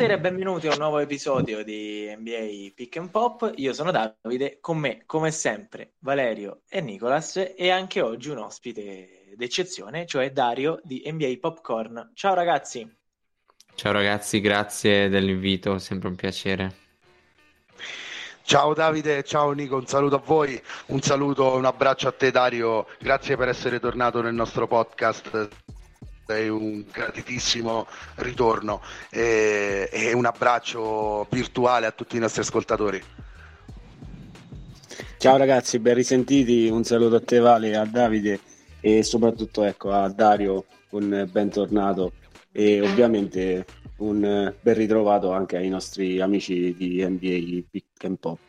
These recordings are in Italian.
Buonasera e benvenuti a un nuovo episodio di NBA Pick and Pop. Io sono Davide, con me, come sempre, Valerio e Nicolas, e anche oggi un ospite d'eccezione, cioè Dario di NBA Popcorn. Ciao ragazzi! Ciao ragazzi, grazie dell'invito, sempre un piacere. Ciao Davide, ciao Nico, un saluto a voi, un saluto, un abbraccio a te Dario, grazie per essere tornato nel nostro podcast, è un gratitissimo ritorno e un abbraccio virtuale a tutti i nostri ascoltatori. Ciao ragazzi, ben risentiti, un saluto a te Vale, a Davide e soprattutto a Dario, un bentornato e ovviamente un ben ritrovato anche ai nostri amici di NBA Pick and Pop.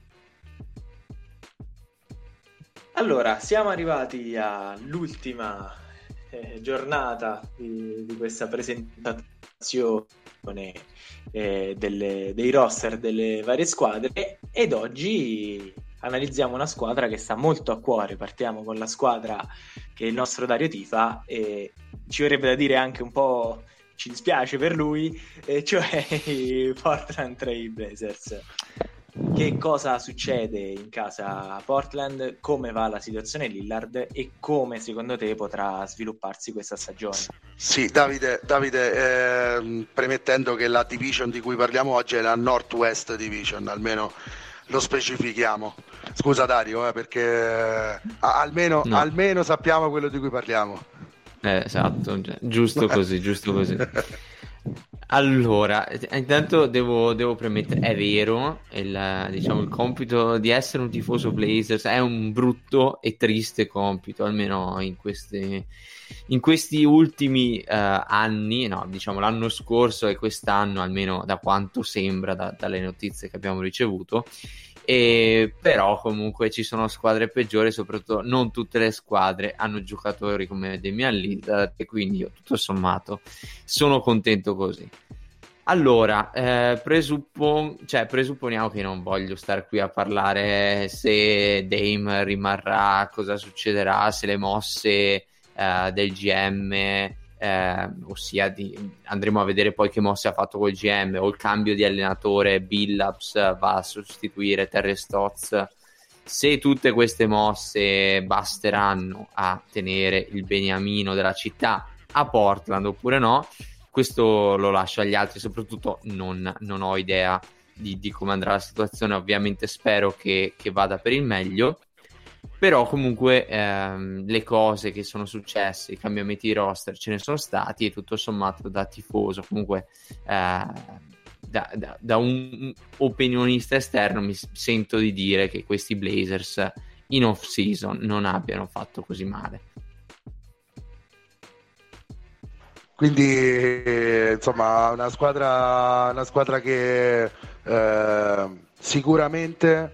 Allora, siamo arrivati all'ultima giornata di questa presentazione dei roster delle varie squadre ed oggi analizziamo una squadra che sta molto a cuore. Partiamo con la squadra che il nostro Dario tifa e ci verrebbe da dire anche un po' ci dispiace per lui, cioè i Portland Trail Blazers. Che cosa succede in casa Portland? Come va la situazione Lillard e come secondo te potrà svilupparsi questa stagione? Sì, Davide, premettendo che la division di cui parliamo oggi è la Northwest Division, almeno lo specifichiamo. Scusa Dario, perché almeno sappiamo quello di cui parliamo. Esatto, giusto così, giusto così. Allora, intanto devo premettere, è vero, il compito di essere un tifoso Blazers è un brutto e triste compito, almeno in questi ultimi anni, no, diciamo l'anno scorso e quest'anno, almeno da quanto sembra dalle notizie che abbiamo ricevuto. Però comunque ci sono squadre peggiori, soprattutto non tutte le squadre hanno giocatori come Damian Lillard e quindi io tutto sommato sono contento così. Allora, presupponiamo che non voglio stare qui a parlare se Dame rimarrà, cosa succederà, se le mosse del GM, ossia andremo a vedere poi che mosse ha fatto col GM o il cambio di allenatore, Billups va a sostituire Terry Stotts, se tutte queste mosse basteranno a tenere il beniamino della città a Portland oppure no, questo lo lascio agli altri, soprattutto non ho idea di come andrà la situazione. Ovviamente spero che vada per il meglio, però comunque le cose che sono successe, i cambiamenti di roster ce ne sono stati e tutto sommato da tifoso, comunque da un opinionista esterno mi sento di dire che questi Blazers in off season non abbiano fatto così male. Quindi insomma una squadra che sicuramente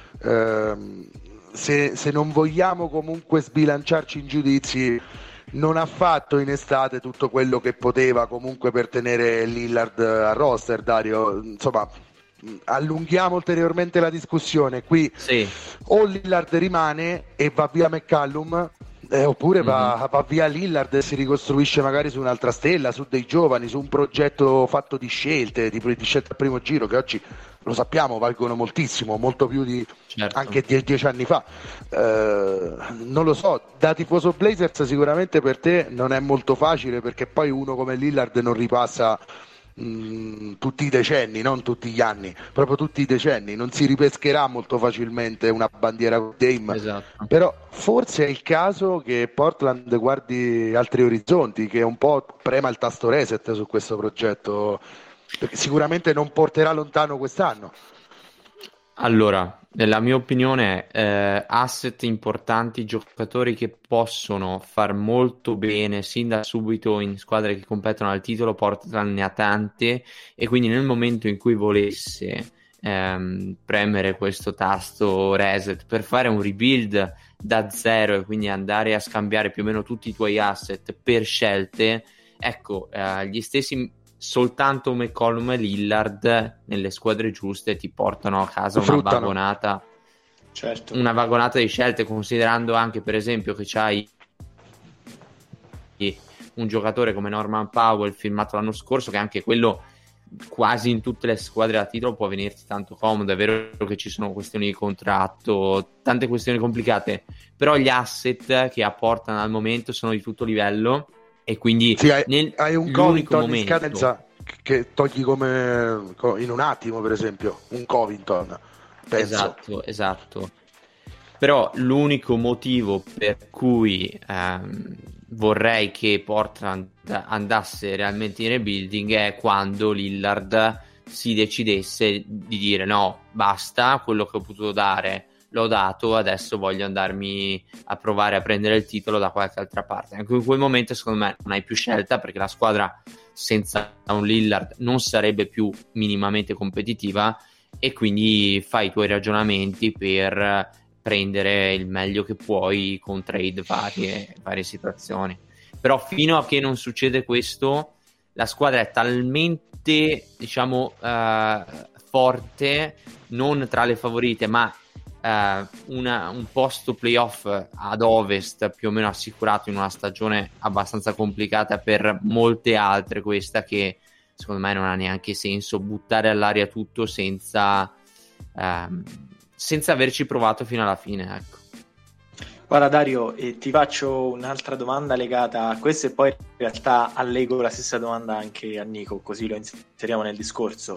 se non vogliamo comunque sbilanciarci in giudizi, non ha fatto in estate tutto quello che poteva comunque per tenere Lillard a roster. Dario, insomma, allunghiamo ulteriormente la discussione qui. Sì. O Lillard rimane e va via McCallum, oppure va via Lillard e si ricostruisce magari su un'altra stella, su dei giovani, su un progetto fatto di scelte al primo giro, che oggi lo sappiamo valgono moltissimo, molto più di anche 10 anni fa. Non lo so, da tifoso Blazers sicuramente per te non è molto facile, perché poi uno come Lillard non ripassa tutti i decenni, non tutti gli anni, proprio tutti i decenni, non si ripescherà molto facilmente una bandiera con Dame. Esatto. Però forse è il caso che Portland guardi altri orizzonti, che un po' prema il tasto reset su questo progetto, perché sicuramente non porterà lontano quest'anno. Allora, nella mia opinione, asset importanti, giocatori che possono far molto bene sin da subito in squadre che competono al titolo. Portland ne ha tante e quindi nel momento in cui volesse premere questo tasto reset per fare un rebuild da zero e quindi andare a scambiare più o meno tutti i tuoi asset per scelte, ecco, gli stessi soltanto McCollum e Lillard nelle squadre giuste ti portano a casa una vagonata di scelte, considerando anche per esempio che c'hai un giocatore come Norman Powell firmato l'anno scorso, che anche quello quasi in tutte le squadre a titolo può venirti tanto comodo. È vero che ci sono questioni di contratto, tante questioni complicate, però gli asset che apportano al momento sono di tutto livello, e quindi sì, hai un Covington in scadenza che togli come in un attimo, per esempio un Covington, penso. Esatto. Però l'unico motivo per cui vorrei che Portland andasse realmente in rebuilding è quando Lillard si decidesse di dire no, basta, quello che ho potuto dare l'ho dato, adesso voglio andarmi a provare a prendere il titolo da qualche altra parte. Anche in quel momento secondo me non hai più scelta, perché la squadra senza un Lillard non sarebbe più minimamente competitiva, e quindi fai i tuoi ragionamenti per prendere il meglio che puoi con trade varie situazioni. Però fino a che non succede questo, la squadra è talmente, diciamo, forte, non tra le favorite, ma un posto playoff ad ovest più o meno assicurato in una stagione abbastanza complicata per molte altre, questa, che secondo me non ha neanche senso buttare all'aria tutto senza averci provato fino alla fine, ecco. Guarda Dario, ti faccio un'altra domanda legata a questo, e poi in realtà allego la stessa domanda anche a Nico, così lo inseriamo nel discorso.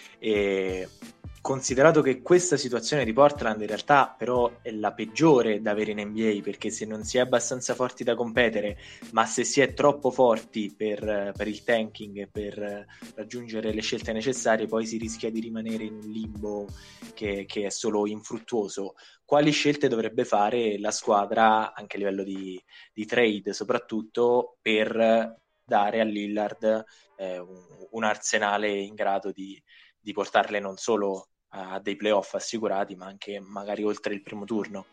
Considerato che questa situazione di Portland in realtà però è la peggiore da avere in NBA, perché se non si è abbastanza forti da competere, ma se si è troppo forti per il tanking e per raggiungere le scelte necessarie, poi si rischia di rimanere in un limbo che è solo infruttuoso. Quali scelte dovrebbe fare la squadra anche a livello di trade, soprattutto per dare a Lillard un arsenale in grado di portarle non solo a dei playoff assicurati, ma anche magari oltre il primo turno?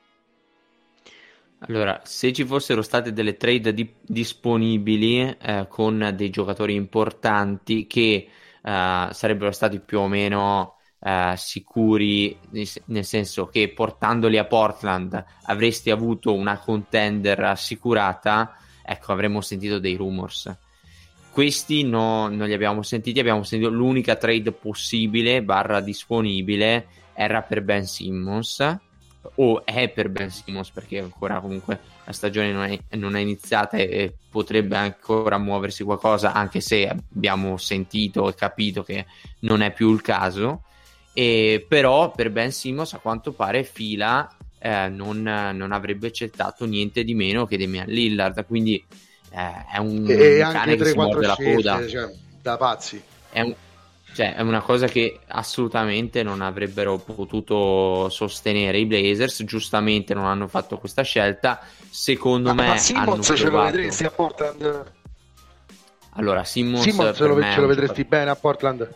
Allora, se ci fossero state delle trade disponibili con dei giocatori importanti che sarebbero stati più o meno sicuri, nel senso che portandoli a Portland avresti avuto una contender assicurata, ecco, avremmo sentito dei rumors. Questi non li abbiamo sentiti. Abbiamo sentito l'unica trade possibile / disponibile era per Ben Simmons, o è per Ben Simmons, perché ancora comunque la stagione non è iniziata e potrebbe ancora muoversi qualcosa, anche se abbiamo sentito e capito che non è più il caso. Però per Ben Simmons a quanto pare Fila non avrebbe accettato niente di meno che Damian Lillard, quindi è un cane che si morde la coda, cioè, da pazzi. È una cosa che assolutamente non avrebbero potuto sostenere i Blazers. Giustamente non hanno fatto questa scelta. Secondo me Simmons hanno ce lo vedresti a Portland? Allora Simmons ce lo vedresti bene a Portland?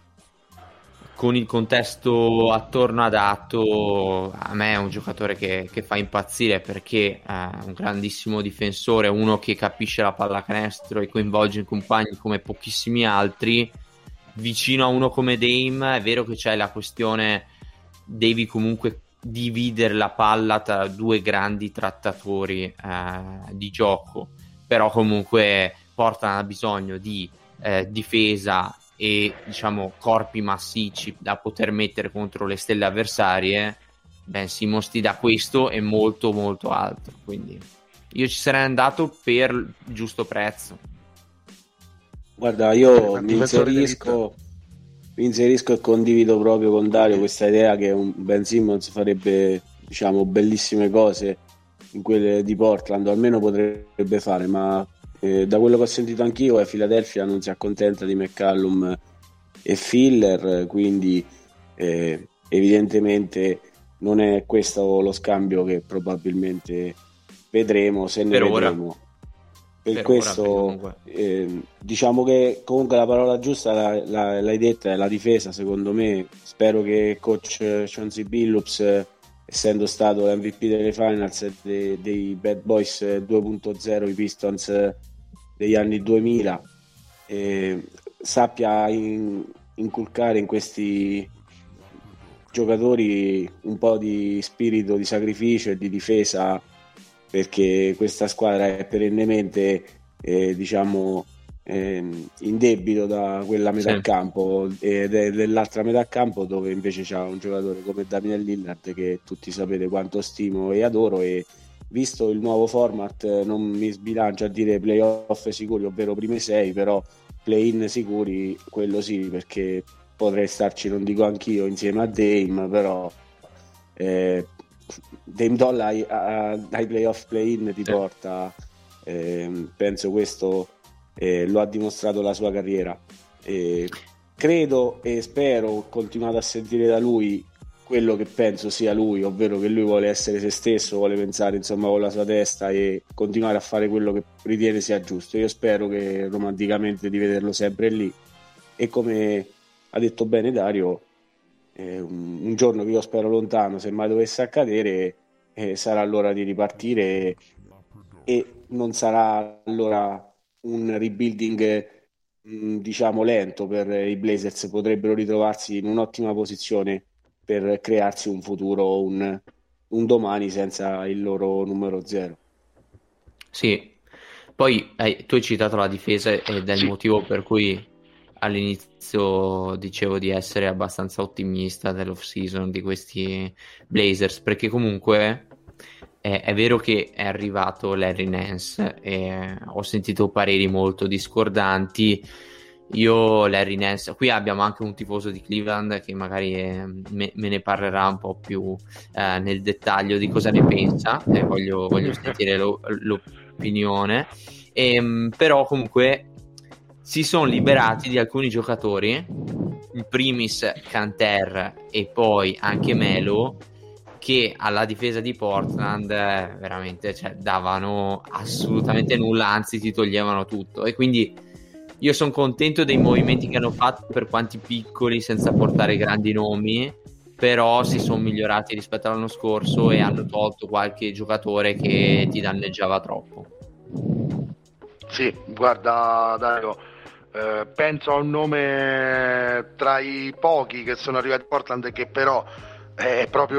Con il contesto attorno adatto, a me è un giocatore che fa impazzire, perché è un grandissimo difensore, uno che capisce la pallacanestro e coinvolge i compagni come pochissimi altri. Vicino a uno come Dame è vero che c'è la questione, devi comunque dividere la palla tra due grandi trattatori di gioco, però comunque Portland ha bisogno di difesa e, diciamo, corpi massicci da poter mettere contro le stelle avversarie. Ben Simmons ti dà questo e molto molto altro, quindi io ci sarei andato per il giusto prezzo. Guarda, io mi inserisco e condivido proprio con Dario questa idea che un Ben Simmons farebbe, diciamo, bellissime cose in quelle di Portland, o almeno potrebbe fare, ma da quello che ho sentito anch'io Philadelphia non si accontenta di McCallum e Filler, quindi evidentemente non è questo lo scambio che probabilmente vedremo, se ne vedremo. Per questo diciamo che comunque la parola giusta l'hai detta, è la difesa. Secondo me, spero che coach Chauncey Billups, essendo stato l'MVP delle finals dei Bad Boys 2.0, i Pistons degli anni 2000, sappia inculcare in questi giocatori un po' di spirito di sacrificio e di difesa, perché questa squadra è perennemente diciamo in debito da quella metà Sì. campo e dell'altra metà campo, dove invece c'è un giocatore come Damian Lillard che tutti sapete quanto stimo e adoro, e visto il nuovo format non mi sbilancio a dire playoff sicuri, ovvero prime 6, però play-in sicuri, quello sì, perché potrei starci, non dico anch'io, insieme a Dame, però Dame Dolla ai playoff play-in ti porta, penso questo lo ha dimostrato la sua carriera. Credo e spero, ho continuato a sentire da lui quello che penso sia lui, ovvero che lui vuole essere se stesso, vuole pensare insomma con la sua testa e continuare a fare quello che ritiene sia giusto. Io spero che romanticamente di vederlo sempre lì, e come ha detto bene Dario, un giorno che io spero lontano, se mai dovesse accadere, sarà l'ora di ripartire, e non sarà allora un rebuilding diciamo lento per i Blazers. Potrebbero ritrovarsi in un'ottima posizione per crearsi un futuro, un domani senza il loro numero zero. Sì, poi tu hai citato la difesa ed è il Sì. motivo per cui all'inizio dicevo di essere abbastanza ottimista dell'off season di questi Blazers, perché comunque è vero che è arrivato Larry Nance e ho sentito pareri molto discordanti. Io Larry Nance, qui abbiamo anche un tifoso di Cleveland che magari me ne parlerà un po' più nel dettaglio di cosa ne pensa, voglio sentire l'opinione. Però comunque si sono liberati di alcuni giocatori, in primis Canter e poi anche Melo, che alla difesa di Portland veramente, cioè, davano assolutamente nulla, anzi ti toglievano tutto. E quindi io sono contento dei movimenti che hanno fatto, per quanti piccoli, senza portare grandi nomi, però si sono migliorati rispetto all'anno scorso e hanno tolto qualche giocatore che ti danneggiava troppo. Sì, guarda Dario, penso a un nome tra i pochi che sono arrivati a Portland, che però è proprio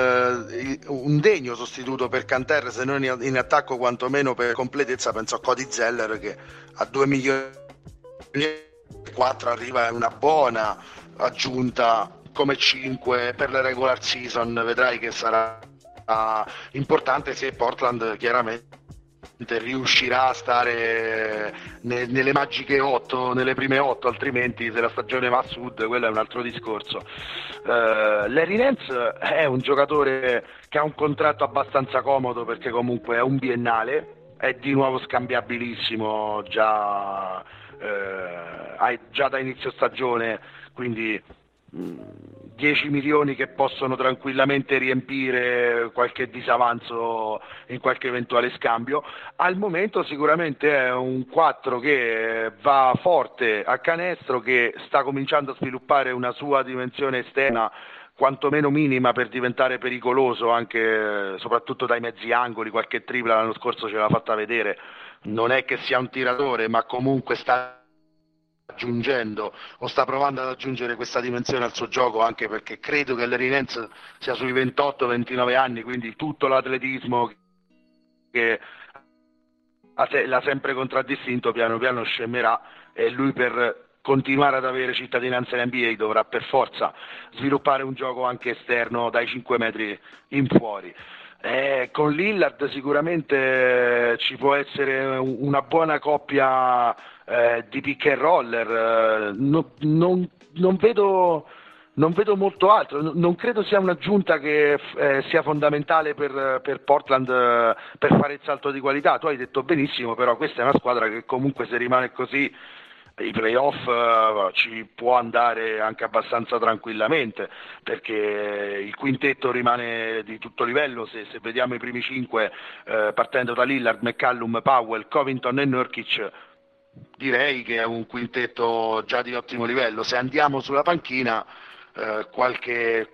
un degno sostituto per Canter, se non in attacco quantomeno per completezza. Penso a Cody Zeller, che a 2 milioni e 4 arriva una buona aggiunta come 5 per la regular season. Vedrai che sarà importante se Portland chiaramente riuscirà a stare nelle magiche 8, nelle prime 8, altrimenti se la stagione va a sud quello è un altro discorso. Larry Nance è un giocatore che ha un contratto abbastanza comodo, perché comunque è un biennale, è di nuovo scambiabilissimo già da inizio stagione, quindi 10 milioni che possono tranquillamente riempire qualche disavanzo in qualche eventuale scambio. Al momento sicuramente è un 4 che va forte a canestro, che sta cominciando a sviluppare una sua dimensione esterna quantomeno minima per diventare pericoloso, anche soprattutto dai mezzi angoli. Qualche tripla l'anno scorso ce l'ha fatta vedere. Non è che sia un tiratore, ma comunque sta aggiungendo o sta provando ad aggiungere questa dimensione al suo gioco, anche perché credo che Larry Nance sia sui 28-29 anni, quindi tutto l'atletismo che l'ha sempre contraddistinto piano piano scemerà, e lui, per continuare ad avere cittadinanza in NBA, dovrà per forza sviluppare un gioco anche esterno dai 5 metri in fuori. Con Lillard sicuramente ci può essere una buona coppia di pick and roller. Non vedo molto altro, non credo sia un'aggiunta che sia fondamentale per Portland per fare il salto di qualità. Tu hai detto benissimo, però questa è una squadra che comunque, se rimane così, i playoff ci può andare anche abbastanza tranquillamente, perché il quintetto rimane di tutto livello. Se vediamo i primi 5 partendo da Lillard, McCallum, Powell, Covington e Nurkic, direi che è un quintetto già di ottimo livello. Se andiamo sulla panchina, qualche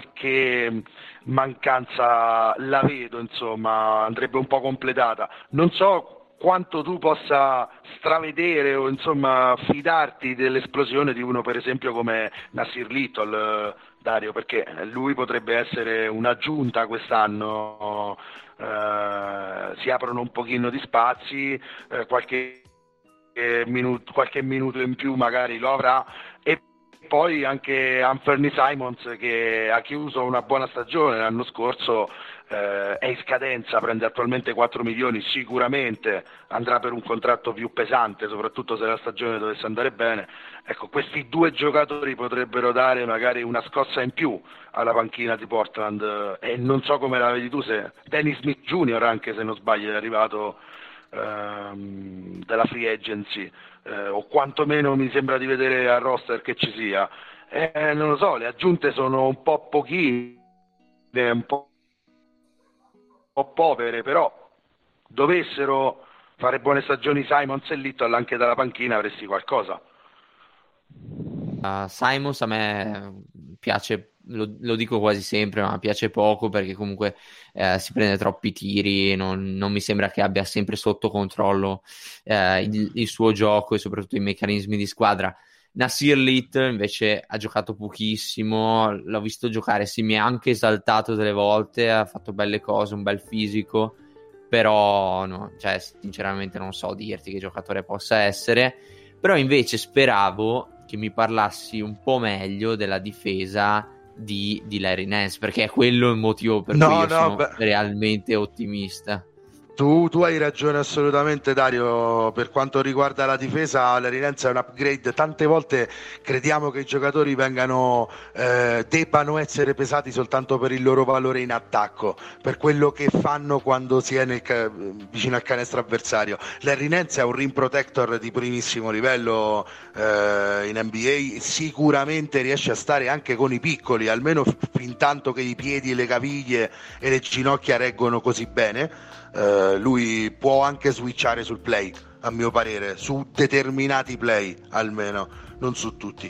mancanza la vedo, insomma, andrebbe un po' completata. Non so quanto tu possa stravedere o insomma fidarti dell'esplosione di uno, per esempio, come Nasir Little, Dario, perché lui potrebbe essere un'aggiunta quest'anno. Si aprono un pochino di spazi, qualche qualche minuto in più magari lo avrà. E poi anche Anthony Simons, che ha chiuso una buona stagione l'anno scorso, è in scadenza, prende attualmente 4 milioni, sicuramente andrà per un contratto più pesante, soprattutto se la stagione dovesse andare bene. Ecco, questi due giocatori potrebbero dare magari una scossa in più alla panchina di Portland, e non so come la vedi tu, se Dennis Smith Jr., anche se non sbaglio, è arrivato della free agency, o quantomeno mi sembra di vedere al roster che ci sia. Non lo so, le aggiunte sono un po' pochine, un po' povere, però dovessero fare buone stagioni Simons e Little anche dalla panchina avresti qualcosa. Simons a me piace, lo dico quasi sempre, ma piace poco perché comunque si prende troppi tiri, non mi sembra che abbia sempre sotto controllo il suo gioco e soprattutto i meccanismi di squadra. Nasir Little invece ha giocato pochissimo, l'ho visto giocare, si mi è anche esaltato delle volte, ha fatto belle cose, un bel fisico, però no, cioè, sinceramente non so dirti che giocatore possa essere. Però invece speravo che mi parlassi un po' meglio della difesa di Larry Nance, perché è quello il motivo per cui io sono realmente ottimista. Tu hai ragione assolutamente, Dario. Per quanto riguarda la difesa, Larry Nance è un upgrade. Tante volte crediamo che i giocatori debbano essere pesati soltanto per il loro valore in attacco, per quello che fanno quando si è vicino al canestro avversario. Larry Nance è un rim protector di primissimo livello in NBA, sicuramente riesce a stare anche con i piccoli, almeno fin tanto che i piedi, le caviglie e le ginocchia reggono così bene. Lui può anche switchare sul play, a mio parere, su determinati play almeno, non su tutti.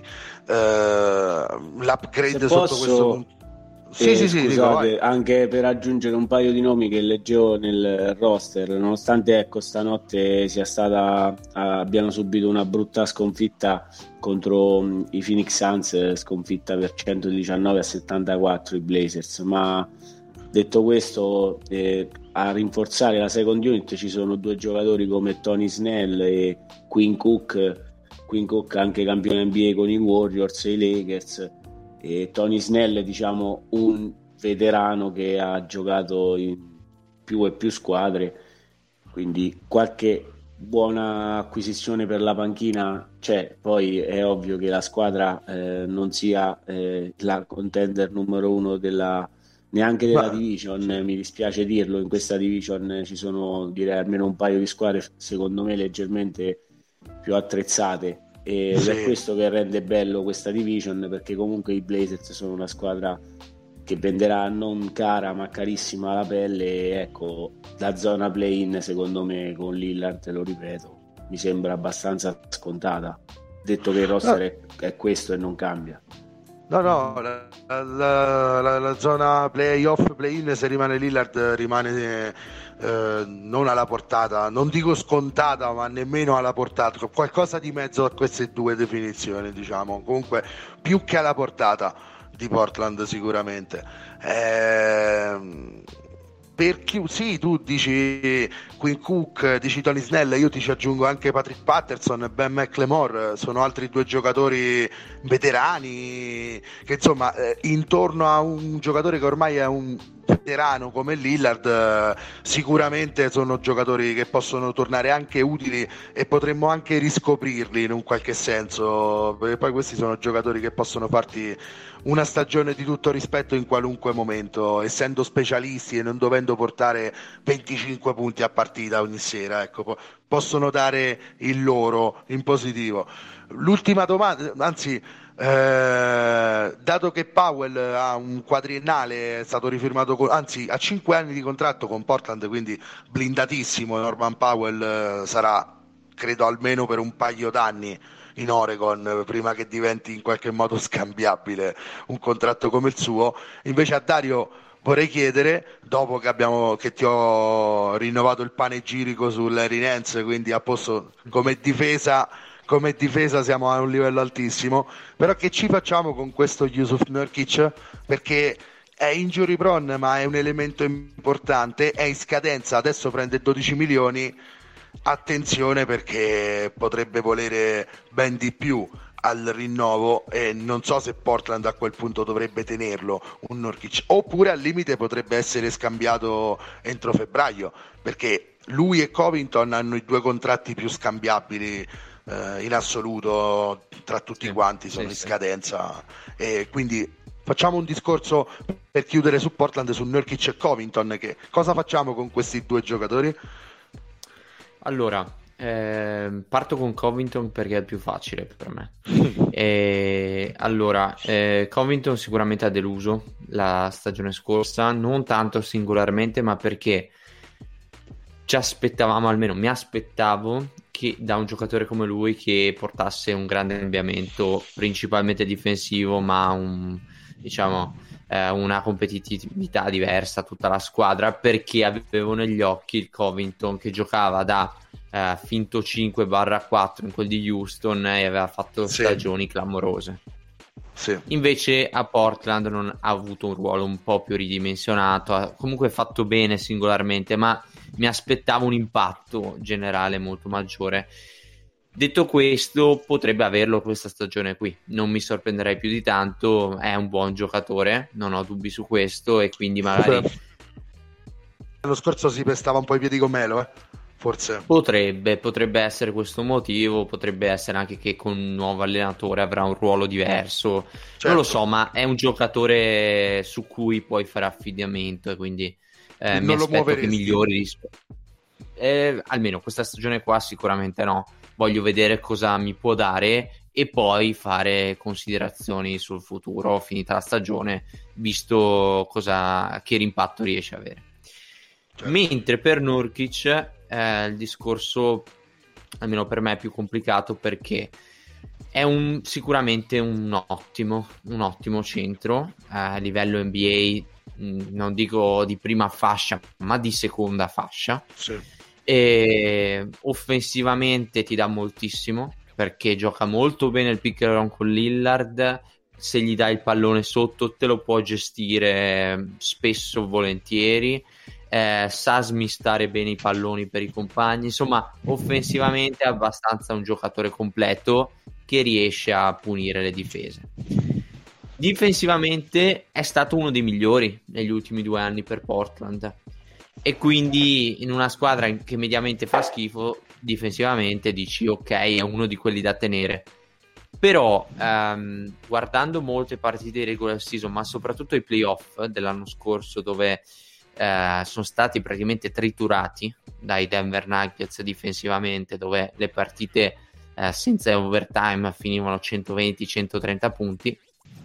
L'upgrade sotto questo punto. Sì, scusate, anche per aggiungere un paio di nomi che leggevo nel roster, nonostante ecco stanotte abbiano subito una brutta sconfitta contro i Phoenix Suns, sconfitta per 119-74 i Blazers, ma detto questo, a rinforzare la second unit ci sono due giocatori come Tony Snell e Quinn Cook anche campione NBA con i Warriors e i Lakers, e Tony Snell diciamo un veterano che ha giocato in più e più squadre, quindi qualche buona acquisizione per la panchina c'è. Poi è ovvio che la squadra non sia la contender numero uno neanche della division, mi dispiace dirlo, in questa division ci sono direi almeno un paio di squadre secondo me leggermente più attrezzate, ed è questo che rende bello questa division, perché comunque i Blazers sono una squadra che venderà non cara ma carissima alla pelle, e ecco, la zona play-in secondo me con Lillard, lo ripeto, mi sembra abbastanza scontata, detto che il roster è questo e non cambia. La zona playoff, play-in, se rimane Lillard rimane non alla portata, non dico scontata, ma nemmeno alla portata, qualcosa di mezzo a queste due definizioni, diciamo, comunque più che alla portata di Portland sicuramente. Sì, tu dici Quinn Cook, dici Tony Snell, io ti ci aggiungo anche Patrick Patterson e Ben McLemore, sono altri due giocatori veterani che insomma intorno a un giocatore che ormai è un veterano come Lillard sicuramente sono giocatori che possono tornare anche utili e potremmo anche riscoprirli in un qualche senso, perché poi questi sono giocatori che possono farti una stagione di tutto rispetto in qualunque momento, essendo specialisti e non dovendo portare 25 punti a partita ogni sera, ecco, possono dare il loro in positivo. L'ultima domanda, anzi dato che Powell ha un quadriennale, è stato rifirmato anzi ha 5 anni di contratto con Portland, quindi blindatissimo, Norman Powell sarà credo almeno per un paio d'anni in Oregon prima che diventi in qualche modo scambiabile un contratto come il suo. Invece a Dario vorrei chiedere, dopo che ti ho rinnovato il panegirico su Larry Nance, quindi a posto come difesa siamo a un livello altissimo, però che ci facciamo con questo Jusuf Nurkic, perché è injury prone ma è un elemento importante, è in scadenza, adesso prende 12 milioni, attenzione perché potrebbe volere ben di più al rinnovo e non so se Portland a quel punto dovrebbe tenerlo un Nurkic, oppure al limite potrebbe essere scambiato entro febbraio, perché lui e Covington hanno i due contratti più scambiabili in assoluto tra tutti quanti, sono in scadenza, e quindi facciamo un discorso per chiudere su Portland, su Nurkic e Covington. Che cosa facciamo con questi due giocatori? Allora, parto con Covington perché è il più facile per me. Allora, Covington sicuramente ha deluso la stagione scorsa, non tanto singolarmente, ma perché ci aspettavamo, almeno mi aspettavo, che da un giocatore come lui che portasse un grande cambiamento, principalmente difensivo, ma una competitività diversa a tutta la squadra, perché avevo negli occhi il Covington che giocava da finto 5/4 in quel di Houston e aveva fatto stagioni clamorose. Sì. Invece a Portland non ha avuto un ruolo un po' più ridimensionato, ha comunque fatto bene singolarmente, ma mi aspettavo un impatto generale molto maggiore. Detto questo, potrebbe averlo questa stagione qui, non mi sorprenderei più di tanto, è un buon giocatore, non ho dubbi su questo, e quindi magari l'anno scorso si pestava un po' i piedi con Melo, forse potrebbe essere questo motivo, potrebbe essere anche che con un nuovo allenatore avrà un ruolo diverso, certo. Non lo so, ma è un giocatore su cui puoi fare affidamento e quindi mi aspetto che migliori almeno questa stagione qua sicuramente no, voglio vedere cosa mi può dare e poi fare considerazioni sul futuro finita la stagione, visto che impatto riesce a avere. Certo. Mentre per Nurkic il discorso, almeno per me, è più complicato perché è sicuramente un ottimo centro a livello NBA, non dico di prima fascia, ma di seconda fascia. Sì. E offensivamente ti dà moltissimo perché gioca molto bene il pick and roll con Lillard, se gli dai il pallone sotto te lo può gestire spesso volentieri, sa smistare bene i palloni per i compagni, insomma offensivamente è abbastanza un giocatore completo che riesce a punire le difese. Difensivamente è stato uno dei migliori negli ultimi 2 anni per Portland e quindi in una squadra che mediamente fa schifo difensivamente dici ok, è uno di quelli da tenere. Però guardando molte partite di regular season, ma soprattutto i playoff dell'anno scorso dove sono stati praticamente triturati dai Denver Nuggets difensivamente, dove le partite senza overtime finivano 120-130 punti,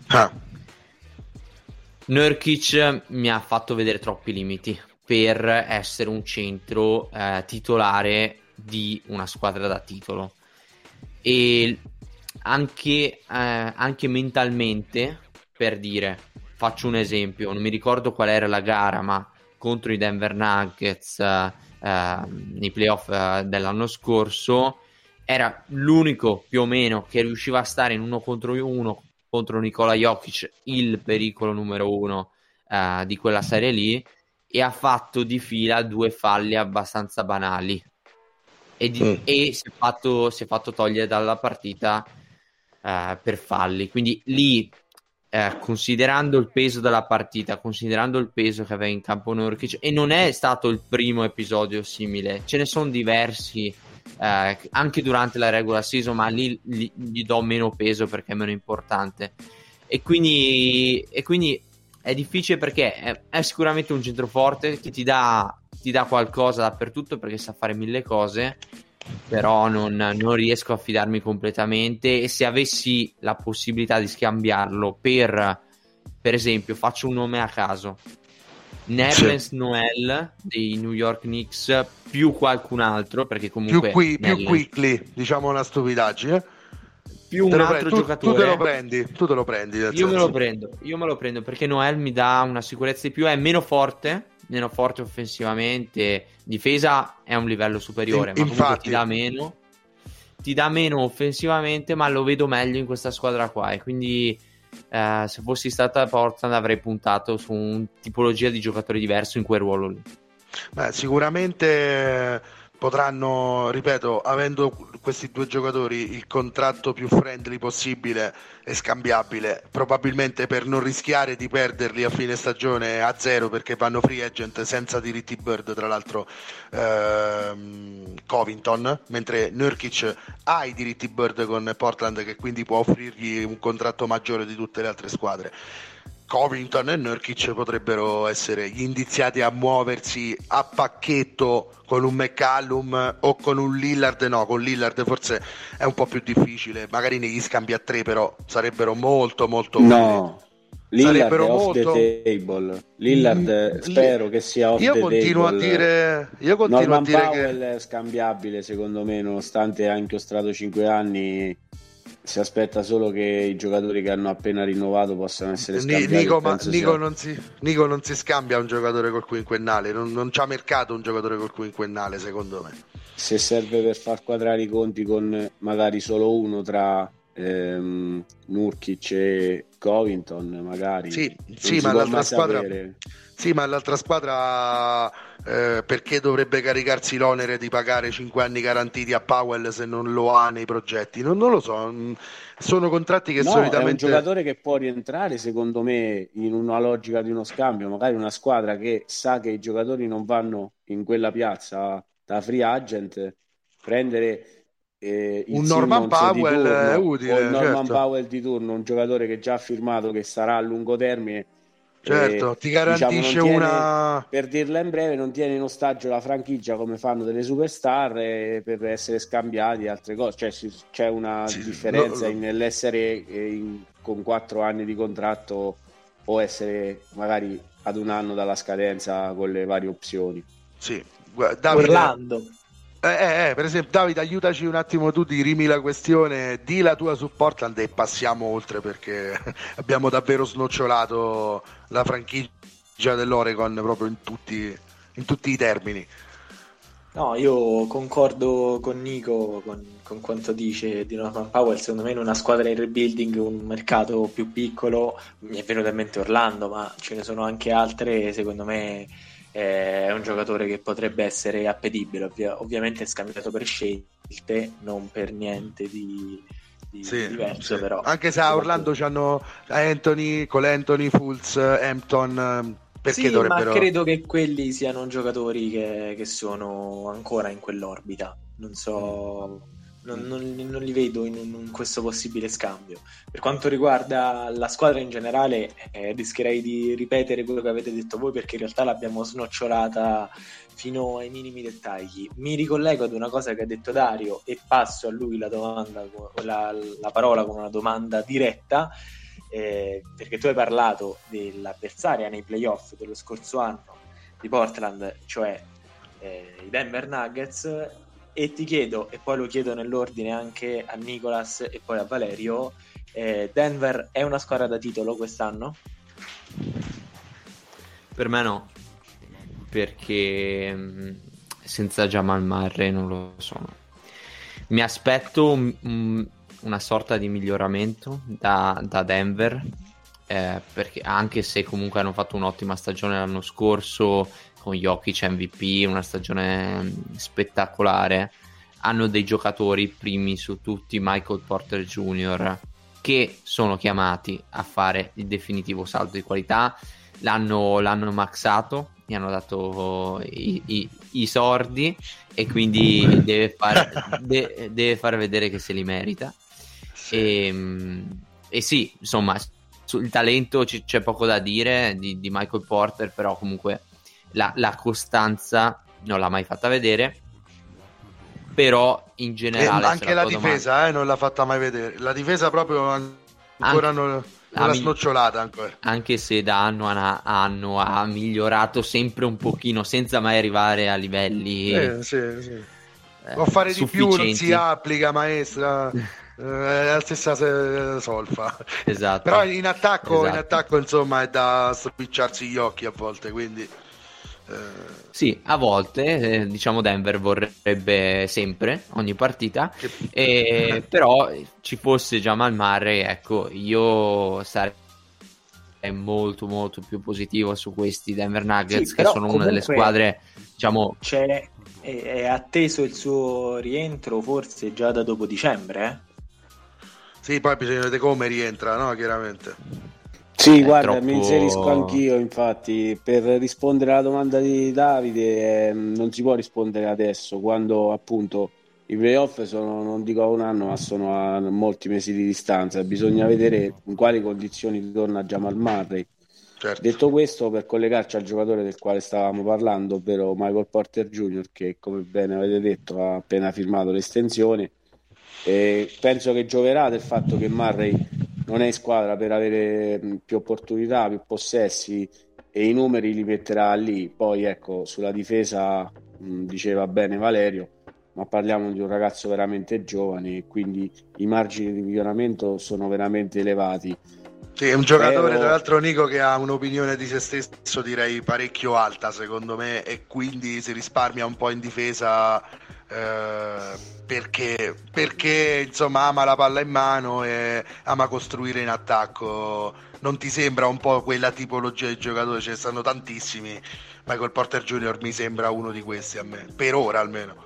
Nurkic mi ha fatto vedere troppi limiti per essere un centro titolare di una squadra da titolo, e anche mentalmente, per dire, faccio un esempio, non mi ricordo qual era la gara, ma contro i Denver Nuggets nei playoff dell'anno scorso era l'unico più o meno che riusciva a stare in 1 contro 1 contro Nikola Jokic, il pericolo numero 1 di quella serie lì, e ha fatto di fila 2 falli abbastanza banali e si è fatto togliere dalla partita per falli. Quindi lì, considerando il peso della partita, considerando il peso che aveva in campo Nurkic, e non è stato il primo episodio simile, ce ne sono diversi anche durante la regular season, ma lì gli do meno peso perché è meno importante, e quindi è difficile perché è sicuramente un centroforte che ti dà qualcosa dappertutto perché sa fare 1000 cose, però non riesco a fidarmi completamente, e se avessi la possibilità di scambiarlo per esempio, faccio un nome a caso, Nerlens Noel dei New York Knicks più qualcun altro, perché comunque più Quickly, diciamo una stupidaggine, più un altro giocatore, tu te lo prendi io me lo prendo perché Noel mi dà una sicurezza di più, è meno forte offensivamente, difesa è a un livello superiore, ma comunque ti dà meno offensivamente, ma lo vedo meglio in questa squadra qua, e quindi se fossi stata a Portland avrei puntato su un tipologia di giocatore diverso in quel ruolo lì. Sicuramente potranno, ripeto, avendo questi due giocatori il contratto più friendly possibile e scambiabile, probabilmente per non rischiare di perderli a fine stagione a zero perché vanno free agent senza diritti bird, tra l'altro Covington, mentre Nurkic ha i diritti bird con Portland, che quindi può offrirgli un contratto maggiore di tutte le altre squadre. Covington e Nurkic potrebbero essere gli indiziati a muoversi a pacchetto con un McCallum o con un Lillard. No, con Lillard forse è un po' più difficile, magari negli scambi a tre, però sarebbero molto utili. No, Lillard Sarebbero è off molto... the table. Lillard spero che sia off the table. Io continuo a dire Powell è scambiabile secondo me, nonostante ha inchiostrato 5 anni. Si aspetta solo che i giocatori che hanno appena rinnovato possano essere scambiati. Nico non si scambia un giocatore col quinquennale, non c'ha mercato un giocatore col quinquennale, secondo me. Se serve per far quadrare i conti con magari solo uno tra Nurkic e Covington, magari ma l'altra squadra perché dovrebbe caricarsi l'onere di pagare 5 anni garantiti a Powell se non lo ha nei progetti? Non lo so, sono contratti che solitamente... è un giocatore che può rientrare secondo me in una logica di uno scambio, magari una squadra che sa che i giocatori non vanno in quella piazza da free agent, prendere un Norman Powell è utile, o il Norman Powell di turno, un giocatore che già ha firmato, che sarà a lungo termine. Certo, ti garantisce per dirla in breve, non tiene in ostaggio la franchigia come fanno delle superstar per essere scambiati altre cose, cioè c'è una differenza nell'essere con 4 anni di contratto o essere magari ad un anno dalla scadenza con le varie opzioni. Davide, Orlando. Per esempio, Davide, aiutaci un attimo, tu dirimi la questione, di la tua su Portland e passiamo oltre, perché abbiamo davvero snocciolato la franchigia dell'Oregon proprio in tutti i termini. No, io concordo con Nico con quanto dice di Norman Powell. Secondo me in una squadra in rebuilding, un mercato più piccolo, mi è venuto in mente Orlando, ma ce ne sono anche altre, secondo me è un giocatore che potrebbe essere appetibile, ovviamente scambiato per scelte, non per niente di diverso. Però anche se a Orlando c'hanno Anthony, Fultz, Hampton, perché dovrebbero... ma credo che quelli siano giocatori che sono ancora in quell'orbita, non so, non li vedo in questo possibile scambio. Per quanto riguarda la squadra in generale, rischierei di ripetere quello che avete detto voi, perché in realtà l'abbiamo snocciolata fino ai minimi dettagli. Mi ricollego ad una cosa che ha detto Dario e passo a lui la parola con una domanda diretta, perché tu hai parlato dell'avversaria nei playoff dello scorso anno di Portland, cioè i Denver Nuggets, e ti chiedo, e poi lo chiedo nell'ordine anche a Nicolas e poi a Valerio, Denver è una squadra da titolo quest'anno? Per me no, perché senza Jamal Murray non lo sono. Mi aspetto una sorta di miglioramento da Denver, perché anche se comunque hanno fatto un'ottima stagione l'anno scorso con Jokic MVP, una stagione spettacolare, hanno dei giocatori, primi su tutti Michael Porter Jr., che sono chiamati a fare il definitivo salto di qualità. L'hanno maxato, gli hanno dato i sordi e quindi deve far vedere che se li merita. E sì, insomma, sul talento c'è poco da dire di Michael Porter, però comunque la costanza non l'ha mai fatta vedere. Però in generale anche la difesa non l'ha fatta mai vedere. La difesa proprio ancora non l'ha snocciolata ancora. Anche se da anno a anno ha migliorato sempre un pochino, senza mai arrivare a livelli può fare di più, non si applica, maestra. È la stessa solfa. Esatto. Però in attacco insomma è da stropicciarsi gli occhi a volte, quindi sì, a volte diciamo Denver vorrebbe sempre ogni partita, però ci fosse Jamal Murray, ecco, io sarei molto molto più positivo su questi Denver Nuggets, che sono una delle squadre, diciamo, c'è è atteso il suo rientro forse già da dopo dicembre, Sì, poi bisogna vedere come rientra, no? Chiaramente. Sì, È guarda, troppo... mi inserisco anch'io, infatti, per rispondere alla domanda di Davide, non si può rispondere adesso, quando appunto i playoff sono, non dico a un anno, ma sono a molti mesi di distanza. Bisogna vedere in quali condizioni torna Jamal Murray. Certo. Detto questo, per collegarci al giocatore del quale stavamo parlando, ovvero Michael Porter Jr., che come bene avete detto ha appena firmato l'estensione, e penso che gioverà del fatto che Murray non è in squadra per avere più opportunità, più possessi, e i numeri li metterà lì. Poi ecco, sulla difesa diceva bene Valerio, ma parliamo di un ragazzo veramente giovane, quindi i margini di miglioramento sono veramente elevati. Sì, è un giocatore, Però tra l'altro, Nico, che ha un'opinione di se stesso direi parecchio alta, secondo me, e quindi si risparmia un po' in difesa perché insomma ama la palla in mano e ama costruire in attacco. Non ti sembra un po' quella tipologia di giocatore? Ce ne stanno tantissimi. Michael Porter Jr. mi sembra uno di questi, a me, per ora almeno.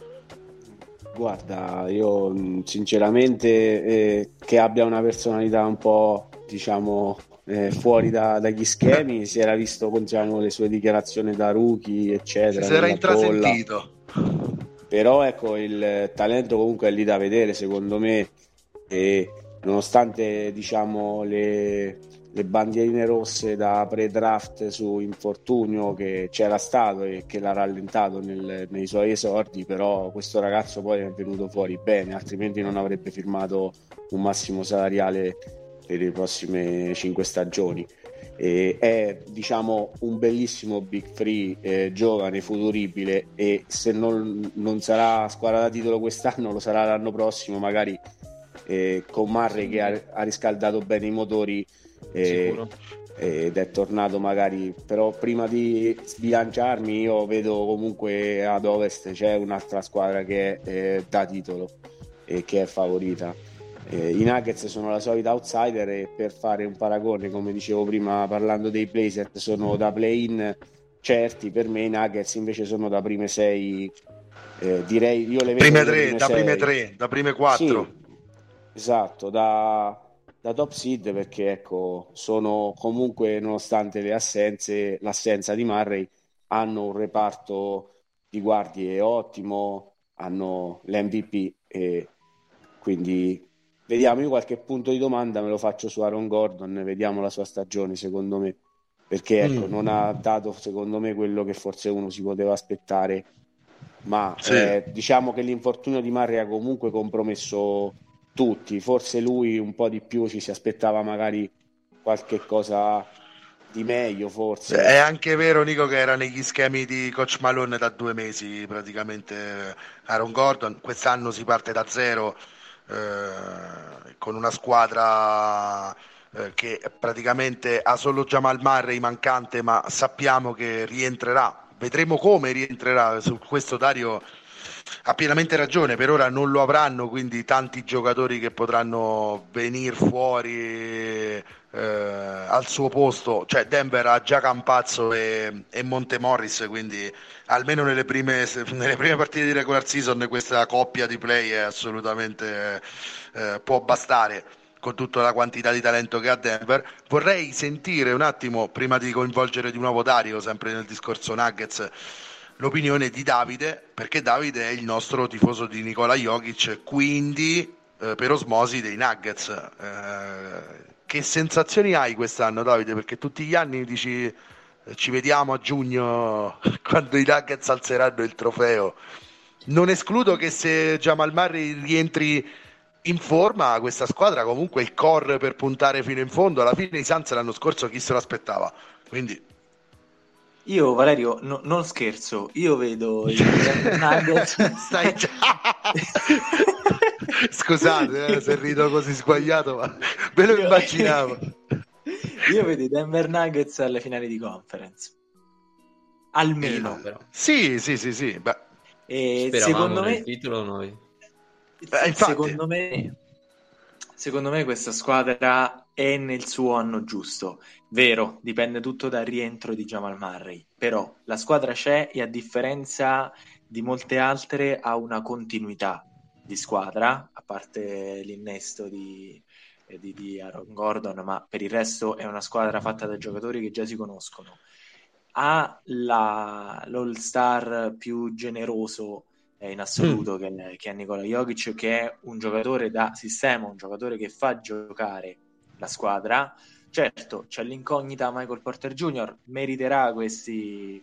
guarda, io sinceramente che abbia una personalità un po', diciamo, fuori dagli schemi, si era visto con, diciamo, le sue dichiarazioni da rookie, eccetera, Si era nella bolla. intrasentito. Però ecco, il talento comunque è lì da vedere, secondo me, e nonostante, diciamo, le bandierine rosse da pre-draft su infortunio che c'era stato e che l'ha rallentato nei suoi esordi, però questo ragazzo poi è venuto fuori bene, altrimenti non avrebbe firmato un massimo salariale per le prossime 5 stagioni. È, diciamo, un bellissimo big three, giovane, futuribile, e se non sarà squadra da titolo quest'anno lo sarà l'anno prossimo, magari con Murray che ha riscaldato bene i motori ed è tornato magari. Però prima di sbilanciarmi, io vedo comunque ad Ovest c'è un'altra squadra che è da titolo e che è favorita. I Nuggets sono la solita outsider, e per fare un paragone, come dicevo prima parlando dei Blazers, sono da play-in certi. Per me i Nuggets invece sono da prime 6, direi io le vedo Prime 3, da prime 4. Sì, esatto, da top seed, perché ecco, sono comunque, nonostante l'assenza di Murray, hanno un reparto di guardie ottimo, hanno l'MVP, e quindi vediamo. Io qualche punto di domanda me lo faccio su Aaron Gordon, vediamo la sua stagione, secondo me, perché ecco, non ha dato, secondo me, quello che forse uno si poteva aspettare, ma Sì. diciamo che l'infortunio di Murray ha comunque compromesso tutti. Forse lui un po' di più, ci si aspettava magari qualche cosa di meglio, forse. È anche vero, Nico, che era negli schemi di Coach Malone da 2 mesi praticamente Aaron Gordon. Quest'anno si parte da zero, con una squadra che praticamente ha solo Jamal Murray mancante, ma sappiamo che rientrerà. Vedremo come rientrerà. Su questo Dario ha pienamente ragione. Per ora non lo avranno, quindi tanti giocatori che potranno venire fuori al suo posto. Cioè Denver ha già Campazzo e Montemorris, quindi almeno nelle prime partite di regular season questa coppia di play è assolutamente può bastare, con tutta la quantità di talento che ha Denver. Vorrei sentire un attimo, prima di coinvolgere di nuovo Dario, sempre nel discorso Nuggets, l'opinione di Davide, perché Davide è il nostro tifoso di Nikola Jokic, quindi per osmosi dei Nuggets. Che sensazioni hai quest'anno, Davide? Perché tutti gli anni dici ci vediamo a giugno quando i Nuggets alzeranno il trofeo. Non escludo che se Jamal Murray rientri in forma, questa squadra comunque il core per puntare fino in fondo. Alla fine i Suns l'anno scorso chi se lo aspettava? Quindi Io, Valerio, non scherzo, io vedo i Nuggets. stai già. Scusate se rido così sbagliato, ma ve lo immaginavo. Io vedo i Denver Nuggets alle finali di conference. Almeno. No, però. Sì. Beh, E speravamo secondo nel me, titolo noi. infatti. secondo me questa squadra è nel suo anno giusto. Vero, dipende tutto dal rientro di Jamal Murray. però la squadra c'è e a differenza di molte altre ha una continuità di squadra, a parte l'innesto di Aaron Gordon, ma per il resto è una squadra fatta da giocatori che già si conoscono. Ha l'all-star più generoso in assoluto che è Nikola Jokic, che è un giocatore da sistema, un giocatore che fa giocare la squadra. Certo, c'è l'incognita Michael Porter Jr., meriterà questi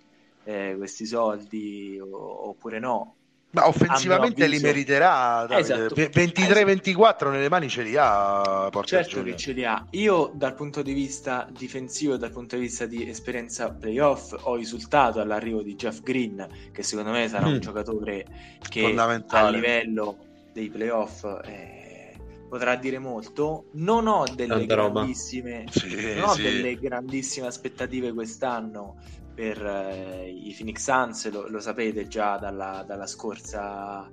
soldi oppure no? Ma offensivamente li meriterà, esatto. 23-24 nelle mani ce li ha Porter certo Jr. che ce li ha. Io dal punto di vista difensivo, dal punto di vista di esperienza playoff, ho esultato all'arrivo di Jeff Green, che secondo me sarà un giocatore che a livello dei playoff potrà dire molto. Non ho delle grandissime delle grandissime aspettative quest'anno per i Phoenix Suns, lo sapete già dalla scorsa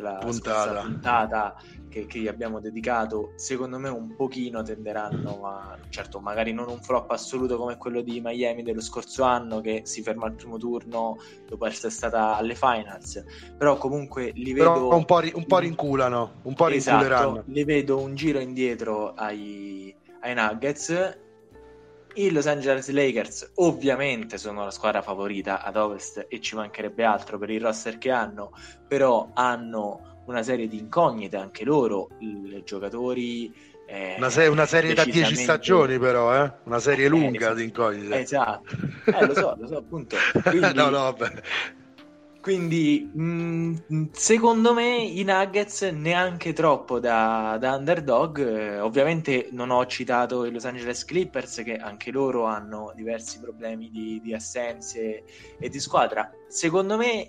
puntata che gli abbiamo dedicato. Secondo me un pochino tenderanno a, certo magari non un flop assoluto come quello di Miami dello scorso anno, che si ferma al primo turno dopo essere stata alle finals, però comunque li vedo un po' rinculano, un po' rinculeranno. Li vedo un giro indietro ai Nuggets. I Los Angeles Lakers ovviamente sono la squadra favorita ad Ovest e ci mancherebbe altro per il roster che hanno, però hanno una serie di incognite anche loro, i giocatori una serie da 10 stagioni, però una serie lunga di incognite. Esatto, lo so appunto. Quindi, vabbè. Quindi secondo me i Nuggets neanche troppo da underdog. Ovviamente non ho citato i Los Angeles Clippers, che anche loro hanno diversi problemi di assenze e di squadra. Secondo me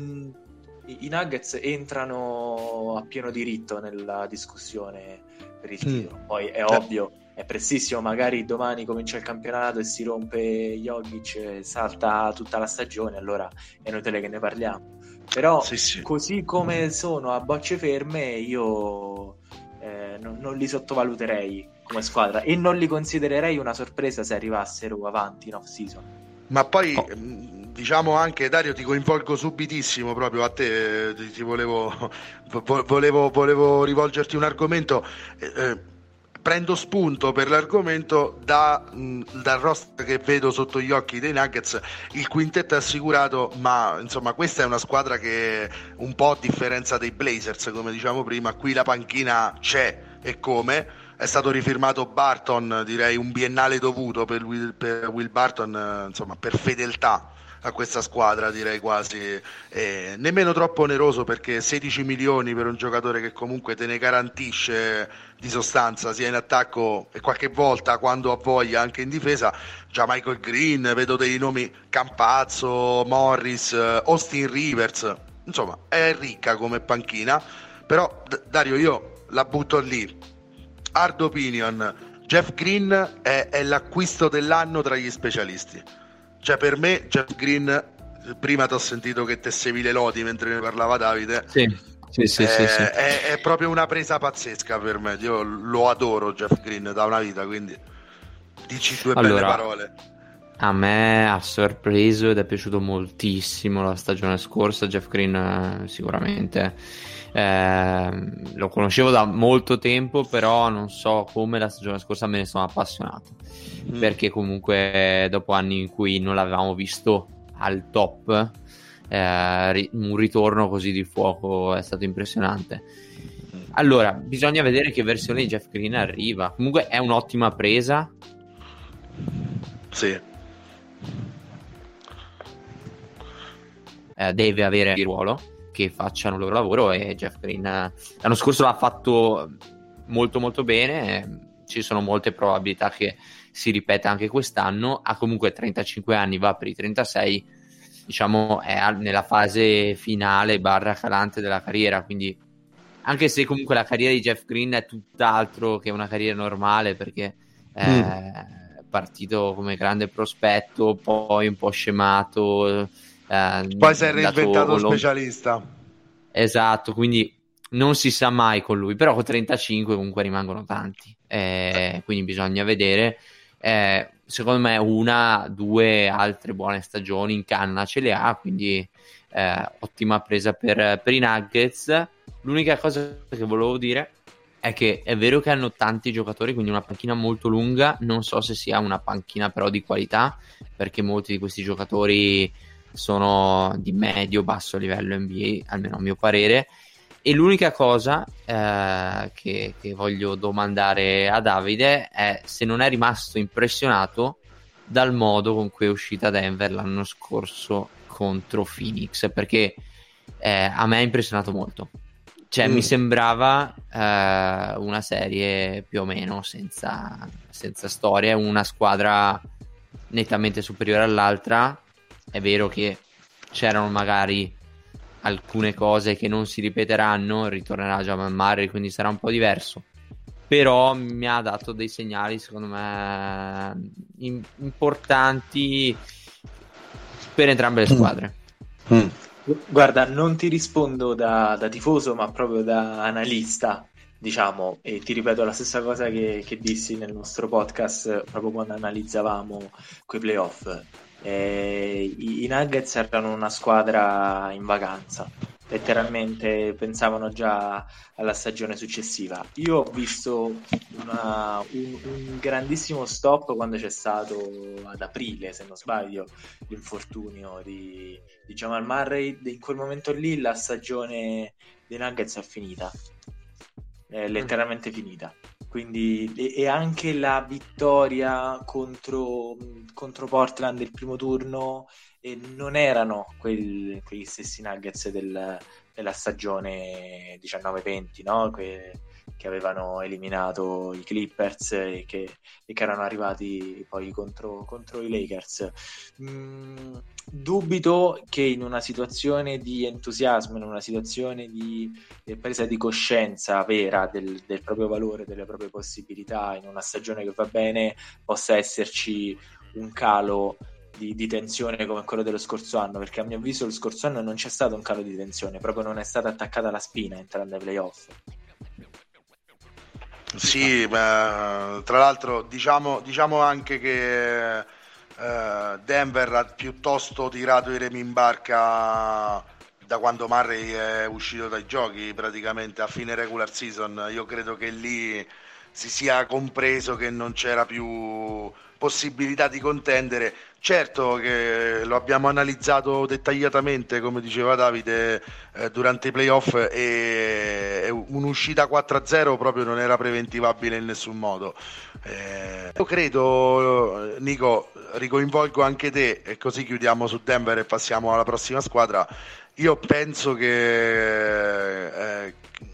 i Nuggets entrano a pieno diritto nella discussione per il titolo. Poi è ovvio, è prestissimo, magari domani comincia il campionato e si rompe Jokic e salta tutta la stagione, allora è inutile che ne parliamo. Però sì. Così come sono a bocce ferme, io non li sottovaluterei come squadra e non li considererei una sorpresa se arrivassero avanti in off season. Ma poi diciamo anche, Dario, ti coinvolgo subitissimo proprio a te, ti volevo rivolgerti un argomento. Prendo spunto per l'argomento dal roster che vedo sotto gli occhi dei Nuggets. Il quintetto è assicurato, ma insomma questa è una squadra che un po' a differenza dei Blazers, come diciamo prima, qui la panchina c'è e come. È stato rifirmato Barton, direi un biennale dovuto per Will Barton, insomma per fedeltà a questa squadra, direi quasi, nemmeno troppo oneroso, perché 16 milioni per un giocatore che comunque te ne garantisce di sostanza sia in attacco e qualche volta quando ha voglia anche in difesa. Già Michael Green, vedo dei nomi, Campazzo, Morris, Austin Rivers, insomma è ricca come panchina. Però Dario, io la butto lì, hard opinion, Jeff Green è l'acquisto dell'anno tra gli specialisti. Cioè per me Jeff Green, prima ti ho sentito che tessevi le lodi mentre ne parlava Davide. Sì. È proprio una presa pazzesca per me. Io lo adoro Jeff Green da una vita, quindi dici due belle parole. A me ha sorpreso ed è piaciuto moltissimo la stagione scorsa. Jeff Green sicuramente lo conoscevo da molto tempo, però non so come la stagione scorsa me ne sono appassionato, perché comunque dopo anni in cui non l'avevamo visto al top, un ritorno così di fuoco è stato impressionante. Allora bisogna vedere che versione di Jeff Green arriva. Comunque è un'ottima presa, sì. Deve avere il ruolo che facciano il loro lavoro, e Jeff Green l'anno scorso l'ha fatto molto molto bene. Ci sono molte probabilità che si ripeta anche quest'anno. Ha comunque 35 anni, va per i 36, diciamo è nella fase finale / calante della carriera, quindi anche se comunque la carriera di Jeff Green è tutt'altro che una carriera normale, perché è partito come grande prospetto, poi un po' scemato, poi si è reinventato specialista. Esatto, quindi non si sa mai con lui, però con 35 comunque rimangono tanti, quindi bisogna vedere. secondo me 2 altre buone stagioni in canna ce le ha, quindi ottima presa per i Nuggets. L'unica cosa che volevo dire è che è vero che hanno tanti giocatori, quindi una panchina molto lunga, non so se sia una panchina però di qualità, perché molti di questi giocatori sono di medio-basso livello NBA, almeno a mio parere. E l'unica cosa che voglio domandare a Davide è se non è rimasto impressionato dal modo con cui è uscita Denver l'anno scorso contro Phoenix, perché a me ha impressionato molto. Cioè mi sembrava una serie più o meno senza storia, una squadra nettamente superiore all'altra. È vero che c'erano magari alcune cose che non si ripeteranno, ritornerà Jamal Murray, quindi sarà un po' diverso, però mi ha dato dei segnali secondo me importanti per entrambe le squadre. Guarda, non ti rispondo da tifoso, ma proprio da analista, diciamo, e ti ripeto la stessa cosa che dissi nel nostro podcast proprio quando analizzavamo quei playoff. I Nuggets erano una squadra in vacanza, letteralmente pensavano già alla stagione successiva. Io ho visto un grandissimo stop quando c'è stato ad aprile, se non sbaglio, l'infortunio di Jamal Murray. In quel momento lì la stagione dei Nuggets è finita, è letteralmente finita. Quindi, e anche la vittoria contro Portland del primo turno non erano quegli stessi Nuggets della stagione 19-20, no? Che avevano eliminato i Clippers e che erano arrivati poi contro i Lakers. Dubito che in una situazione di entusiasmo, in una situazione di presa di coscienza vera del proprio valore, delle proprie possibilità, in una stagione che va bene, possa esserci un calo di tensione come quello dello scorso anno, perché a mio avviso lo scorso anno non c'è stato un calo di tensione, proprio non è stata attaccata la spina entrando ai playoff. Sì, ma tra l'altro diciamo anche che Denver ha piuttosto tirato i remi in barca da quando Murray è uscito dai giochi, praticamente a fine regular season. Io credo che lì si sia compreso che non c'era più possibilità di contendere. Certo che lo abbiamo analizzato dettagliatamente, come diceva Davide, durante i playoff, e un'uscita 4-0 proprio non era preventivabile in nessun modo. Io credo, Nico, ricoinvolgo anche te e così chiudiamo su Denver e passiamo alla prossima squadra. Io penso che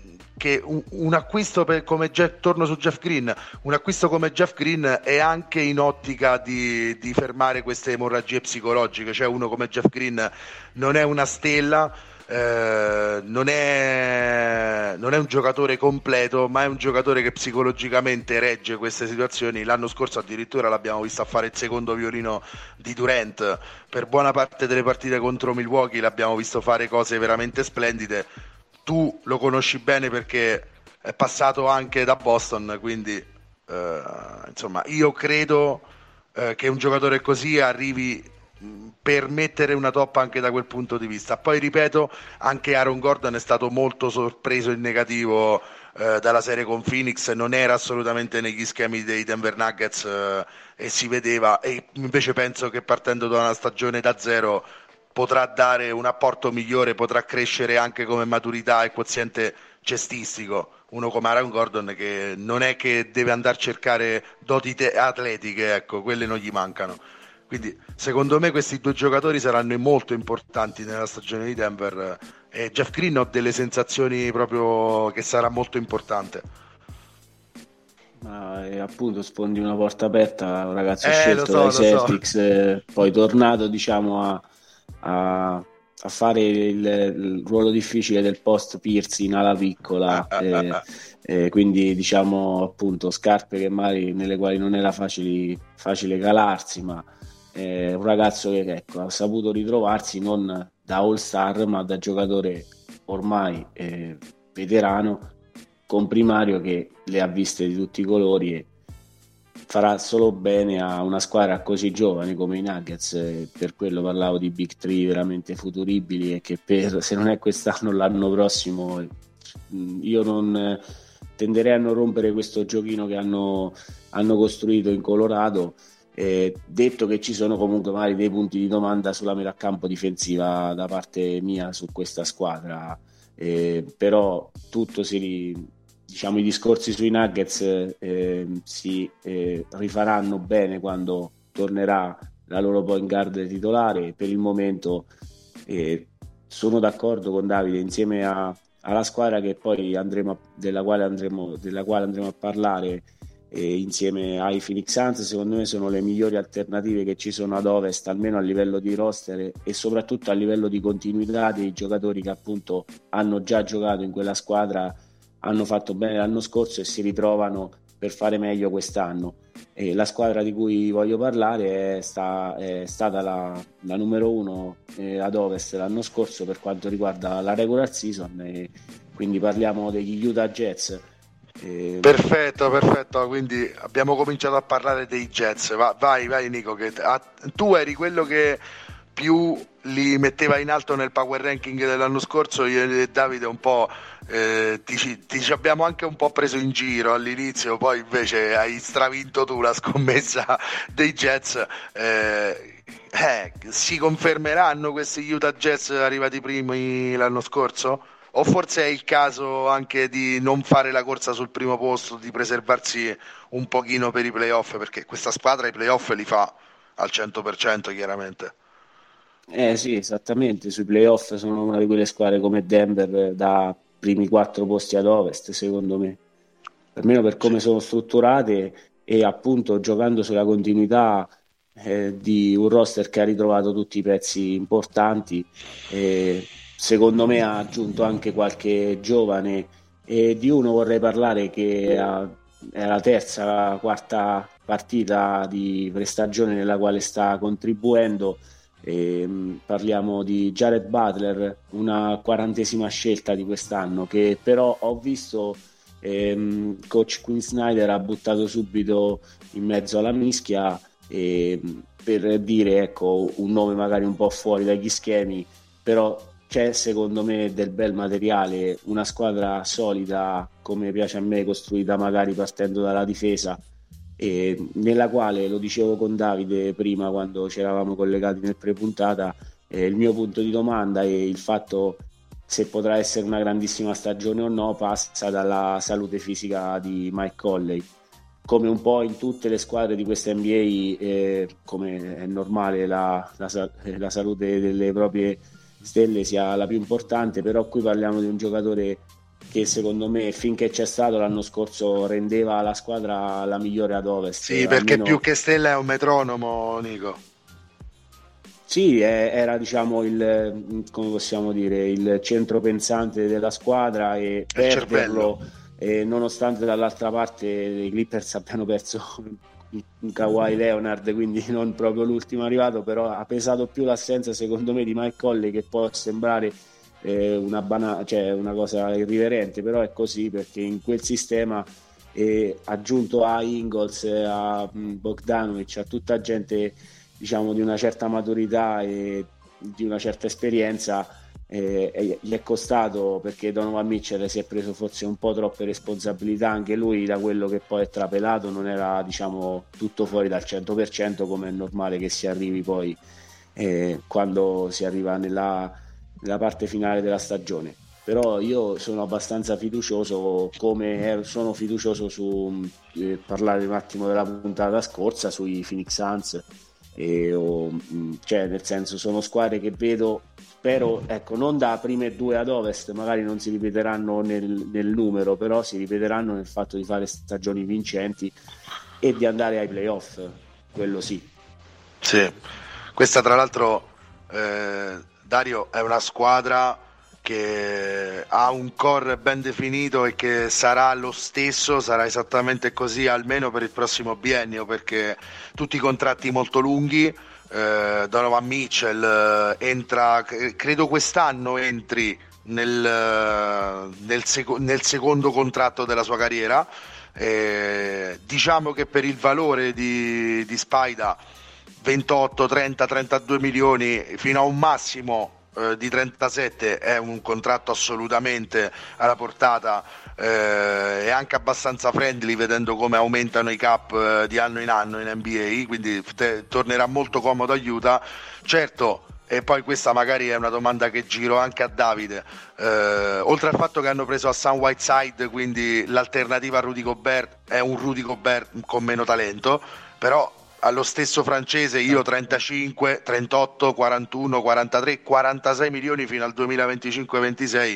un acquisto torno su Jeff Green, un acquisto come Jeff Green è anche in ottica di fermare queste emorragie psicologiche. Cioè, uno come Jeff Green non è una stella, non è un giocatore completo, ma è un giocatore che psicologicamente regge queste situazioni. L'anno scorso addirittura l'abbiamo visto a fare il secondo violino di Durant per buona parte delle partite contro Milwaukee, l'abbiamo visto fare cose veramente splendide. Tu lo conosci bene perché è passato anche da Boston, quindi insomma io credo che un giocatore così arrivi per mettere una toppa anche da quel punto di vista. Poi ripeto, anche Aaron Gordon è stato molto sorpreso in negativo dalla serie con Phoenix, non era assolutamente negli schemi dei Denver Nuggets e si vedeva, e invece penso che partendo da una stagione da zero potrà dare un apporto migliore, potrà crescere anche come maturità e quoziente cestistico. Uno come Aaron Gordon che non è che deve andare a cercare doti atletiche, ecco, quelle non gli mancano. Quindi secondo me questi due giocatori saranno molto importanti nella stagione di Denver e Jeff Green ho delle sensazioni proprio che sarà molto importante. Ma appunto sfondi una porta aperta, un ragazzo scelto dai Celtics, poi tornato diciamo a fare il ruolo difficile del post Pierce in ala piccola, quindi diciamo appunto scarpe che magari nelle quali non era facile calarsi, ma un ragazzo che ecco, ha saputo ritrovarsi non da all star ma da giocatore ormai veterano, comprimario, che le ha viste di tutti i colori farà solo bene a una squadra così giovane come i Nuggets. Per quello parlavo di Big Three veramente futuribili, e che se non è quest'anno, l'anno prossimo, io non tenderei a non rompere questo giochino che hanno costruito in Colorado. Detto che ci sono comunque magari dei punti di domanda sulla metà campo difensiva da parte mia su questa squadra, però diciamo, i discorsi sui Nuggets si rifaranno bene quando tornerà la loro point guard titolare. Per il momento sono d'accordo con Davide, insieme alla squadra che poi della quale andremo a parlare, insieme ai Phoenix Suns, secondo me sono le migliori alternative che ci sono ad Ovest, almeno a livello di roster e soprattutto a livello di continuità dei giocatori che appunto hanno già giocato in quella squadra, hanno fatto bene l'anno scorso e si ritrovano per fare meglio quest'anno. La squadra di cui voglio parlare è stata la numero 1 ad Ovest l'anno scorso per quanto riguarda la regular season, e quindi parliamo degli Utah Jazz. Perfetto, quindi abbiamo cominciato a parlare dei Jazz. Vai Nico, che tu eri quello che più li metteva in alto nel power ranking dell'anno scorso. Io e Davide un po' ti abbiamo anche un po' preso in giro all'inizio, poi invece hai stravinto tu la scommessa dei Jazz. Si confermeranno questi Utah Jazz arrivati primi l'anno scorso? O forse è il caso anche di non fare la corsa sul primo posto, di preservarsi un pochino per i playoff, perché questa squadra i playoff li fa al 100% chiaramente. Sì, esattamente, sui playoff sono una di quelle squadre come Denver da primi 4 posti ad Ovest, secondo me, almeno per come sono strutturate e appunto giocando sulla continuità di un roster che ha ritrovato tutti i pezzi importanti. Secondo me ha aggiunto anche qualche giovane, e di uno vorrei parlare che è la terza, quarta partita di prestagione nella quale sta contribuendo. Parliamo di Jared Butler, una 40esima scelta di quest'anno, che però ho visto coach Quinn Snyder ha buttato subito in mezzo alla mischia, per dire, ecco, un nome magari un po' fuori dagli schemi, però c'è secondo me del bel materiale, una squadra solida come piace a me, costruita magari partendo dalla difesa, nella quale, lo dicevo con Davide prima quando ci eravamo collegati nel pre-puntata, il mio punto di domanda è il fatto se potrà essere una grandissima stagione o no, passa dalla salute fisica di Mike Conley. Come un po' in tutte le squadre di questa NBA, come è normale, la salute delle proprie stelle sia la più importante, però qui parliamo di un giocatore che secondo me finché c'è stato l'anno scorso rendeva la squadra la migliore ad Ovest. Sì, perché più che stella è un metronomo, Nico. Sì, era diciamo come possiamo dire, il centro pensante della squadra, e perderlo, nonostante dall'altra parte i Clippers abbiano perso un Kawhi Leonard, quindi non proprio l'ultimo arrivato, però ha pesato più l'assenza secondo me di Mike Conley, che può sembrare una cosa irriverente, però è così, perché in quel sistema, aggiunto a Ingles, a Bogdanovic, a tutta gente diciamo di una certa maturità e di una certa esperienza, gli è costato, perché Donovan Mitchell si è preso forse un po' troppe responsabilità, anche lui, da quello che poi è trapelato, non era diciamo tutto fuori dal 100%, come è normale che si arrivi poi quando si arriva nella parte finale della stagione. Però io sono abbastanza fiducioso, come sono fiducioso su parlare un attimo della puntata scorsa sui Phoenix Suns, cioè nel senso, sono squadre che vedo, spero, ecco, non da prime 2 ad Ovest, magari non si ripeteranno nel numero, però si ripeteranno nel fatto di fare stagioni vincenti e di andare ai playoff, quello sì. Sì, questa tra l'altro, Dario, è una squadra che ha un core ben definito e che sarà lo stesso, sarà esattamente così almeno per il prossimo biennio, perché tutti i contratti molto lunghi. Donovan Mitchell entra, credo quest'anno entri nel secondo contratto della sua carriera, Diciamo che per il valore di Spida 28, 30, 32 milioni fino a un massimo di 37 è un contratto assolutamente alla portata e anche abbastanza friendly, vedendo come aumentano i cap di anno in anno in NBA, quindi tornerà molto comodo a Utah. Certo, e poi questa magari è una domanda che giro anche a Davide, oltre al fatto che hanno preso Hassan Whiteside, quindi l'alternativa a Rudy Gobert è un Rudy Gobert con meno talento, però allo stesso francese io 35, 38, 41, 43, 46 milioni fino al 2025-26.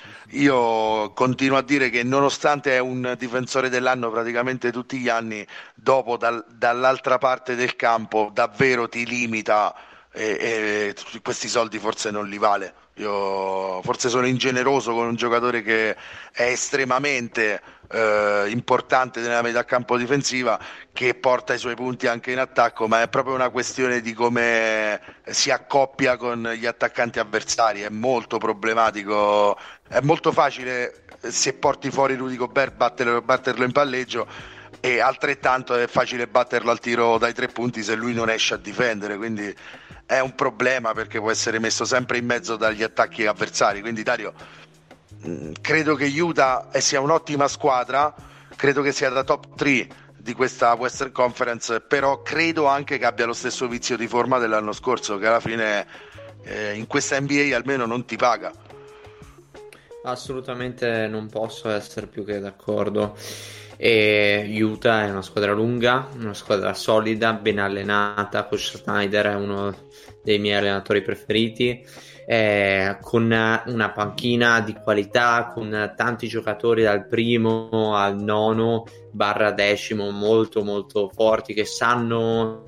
Io continuo a dire che nonostante è un difensore dell'anno praticamente tutti gli anni, dopo dall'altra parte del campo davvero ti limita e questi soldi forse non li vale. Io forse sono ingeneroso con un giocatore che è estremamente importante nella metà campo difensiva, che porta i suoi punti anche in attacco, ma è proprio una questione di come si accoppia con gli attaccanti avversari. È molto problematico, è molto facile se porti fuori Rudy Gobert batterlo in palleggio, e altrettanto è facile batterlo al tiro dai 3 punti se lui non esce a difendere, quindi è un problema perché può essere messo sempre in mezzo dagli attacchi avversari. Quindi Dario, credo che Utah sia un'ottima squadra, credo che sia da top 3 di questa Western Conference, però credo anche che abbia lo stesso vizio di forma dell'anno scorso, che alla fine in questa NBA almeno non ti paga. Assolutamente non posso essere più che d'accordo. E Utah è una squadra lunga, una squadra solida, ben allenata. Coach Snyder è uno dei miei allenatori preferiti, con una panchina di qualità, con tanti giocatori dal primo al nono barra decimo molto molto forti, che sanno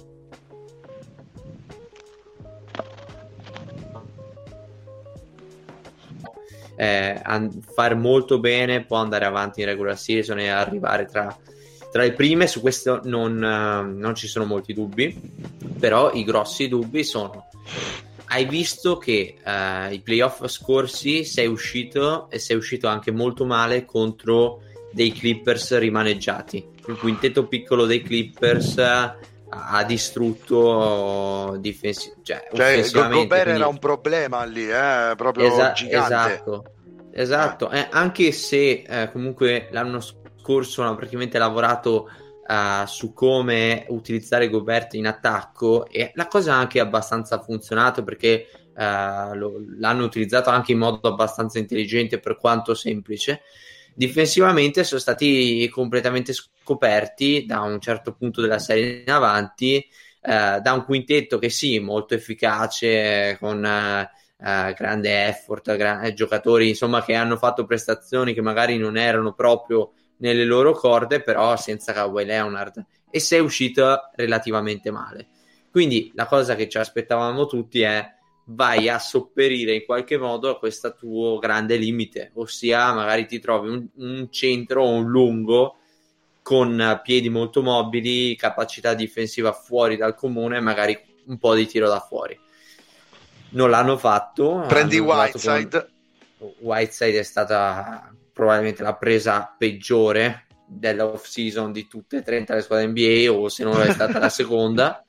fare molto bene, può andare avanti in regular season e arrivare tra le prime. Su questo non ci sono molti dubbi, però i grossi dubbi sono: hai visto che i playoff scorsi sei uscito anche molto male contro dei Clippers rimaneggiati. Il quintetto piccolo dei Clippers ha distrutto offensivamente. Gobert era un problema lì, proprio gigante. Esatto. Anche se comunque l'anno scorso hanno praticamente lavorato su come utilizzare Gobert in attacco, e la cosa ha anche abbastanza funzionato, perché l'hanno utilizzato anche in modo abbastanza intelligente, per quanto semplice. Difensivamente sono stati completamente scoperti da un certo punto della serie in avanti, da un quintetto che sì, molto efficace, con grande effort, giocatori insomma che hanno fatto prestazioni che magari non erano proprio nelle loro corde, però senza Kawhi Leonard, e sei uscito relativamente male. Quindi la cosa che ci aspettavamo tutti è: vai a sopperire in qualche modo a questo tuo grande limite, ossia magari ti trovi un centro o un lungo con piedi molto mobili, capacità difensiva fuori dal comune, magari un po' di tiro da fuori. Non l'hanno fatto. Prendi Whiteside. Whiteside è stata probabilmente la presa peggiore dell'off season di tutte e 30 le squadre NBA, o se non è stata la seconda.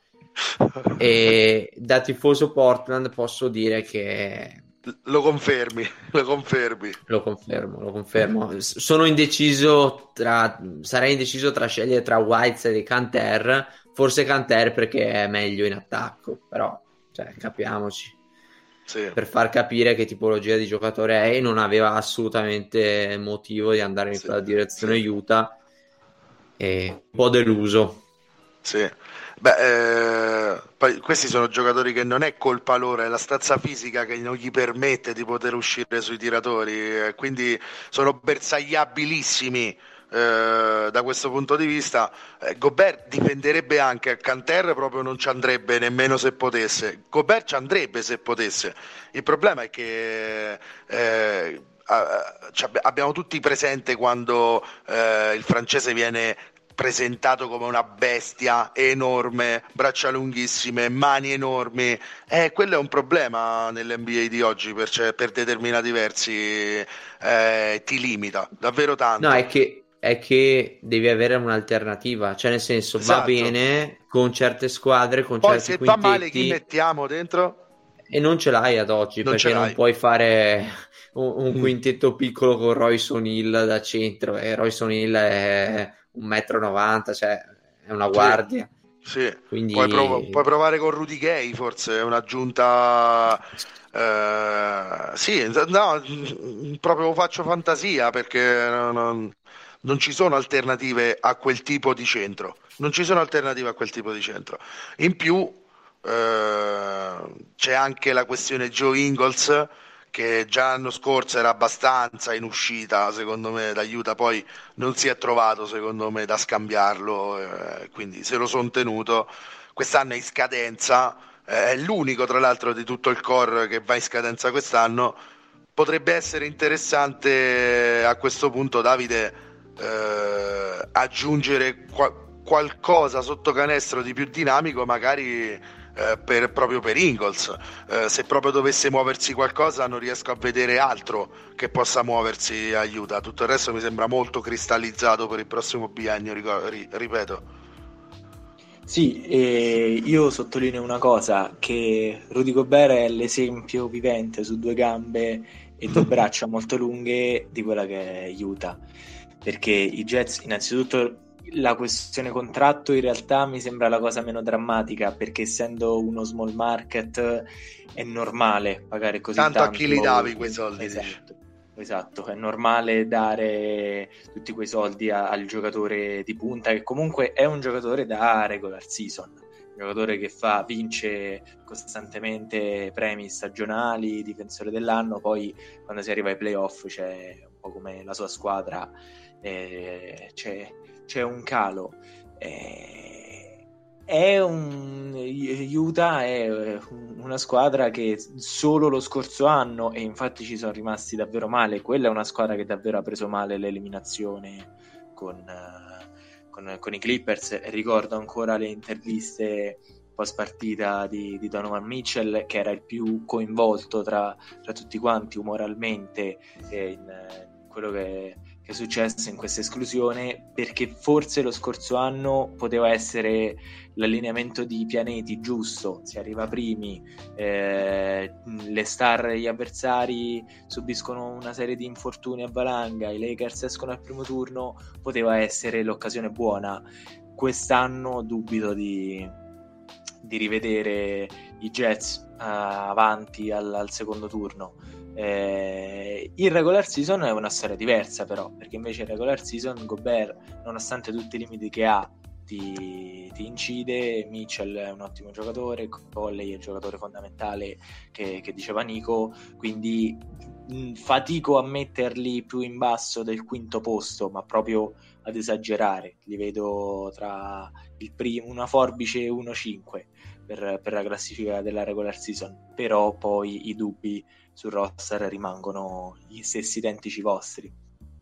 E da tifoso Portland posso dire che lo confermi. Lo confermo. Sarei indeciso tra scegliere tra Whiteside e Canter. Forse Canter perché è meglio in attacco, però capiamoci. Sì. Per far capire che tipologia di giocatore è, e non aveva assolutamente motivo di andare in quella direzione. Utah, e un po' deluso. Sì. Poi questi sono giocatori che non è colpa loro, è la stazza fisica che non gli permette di poter uscire sui tiratori, quindi sono bersagliabilissimi da questo punto di vista. Gobert difenderebbe anche, a Canter proprio non ci andrebbe nemmeno se potesse. Gobert ci andrebbe se potesse. Il problema è che abbiamo tutti presente quando il francese viene presentato come una bestia enorme, braccia lunghissime, mani enormi. Quello è un problema nell'NBA di oggi, per determinati versi ti limita davvero tanto. No, è che è che devi avere un'alternativa, cioè nel senso va Esatto. bene con certe squadre, con Poi certi se va male chi quintetti, mettiamo dentro? e non ce l'hai ad oggi Non ce perché non l'hai. puoi fare un quintetto piccolo con Royce O'Neal da centro, e Royce O'Neal è 1,90 m, cioè è una Sì, guardia. sì. Puoi Quindi provare con Rudy Gay, forse è un'aggiunta. Sì, no, proprio faccio fantasia perché non ci sono alternative a quel tipo di centro. Non ci sono alternative a quel tipo di centro. In più, c'è anche la questione Joe Ingles, che già l'anno scorso era abbastanza in uscita, secondo me, da Utah, poi non si è trovato, secondo me, da scambiarlo, quindi se lo sono tenuto. Quest'anno è in scadenza, è l'unico, tra l'altro, di tutto il core che va in scadenza quest'anno. Potrebbe essere interessante a questo punto, Davide, aggiungere qualcosa sotto canestro di più dinamico, magari proprio per Ingles. Se proprio dovesse muoversi qualcosa, non riesco a vedere altro che possa muoversi a Utah. Tutto il resto mi sembra molto cristallizzato per il prossimo biennio, ripeto. Sì, e io sottolineo una cosa, che Rudy Gobert è l'esempio vivente su due gambe e due braccia molto lunghe di quella che è Utah, perché i Jets, innanzitutto la questione contratto in realtà mi sembra la cosa meno drammatica, perché essendo uno small market è normale pagare così Tanto a chi li davi tanto. quei soldi, dici? Esatto. Esatto, è normale dare tutti quei soldi al giocatore di punta, che comunque è un giocatore da regular season, un giocatore che vince costantemente premi stagionali, difensore dell'anno, poi quando si arriva ai playoff c'è un po' come la sua squadra, c'è un calo. Utah è una squadra che solo lo scorso anno, e infatti ci sono rimasti davvero male, quella è una squadra che davvero ha preso male l'eliminazione con i Clippers. Ricordo ancora le interviste post partita di Donovan Mitchell, che era il più coinvolto tra tutti quanti umoralmente in quello che è successo in questa esclusione, perché forse lo scorso anno poteva essere l'allineamento di pianeti giusto, si arriva primi, le star, gli avversari subiscono una serie di infortuni a valanga, i Lakers escono al primo turno, poteva essere l'occasione buona. Quest'anno dubito di rivedere i Jets avanti al secondo turno. Il regular season è una storia diversa, però, perché invece il regular season Gobert, nonostante tutti i limiti che ha, ti incide. Mitchell è un ottimo giocatore, Conley è il giocatore fondamentale che diceva Nico, quindi fatico a metterli più in basso del quinto posto, ma proprio ad esagerare, li vedo tra una forbice 1-5 per la classifica della regular season, però poi i dubbi sul roster rimangono gli stessi identici vostri.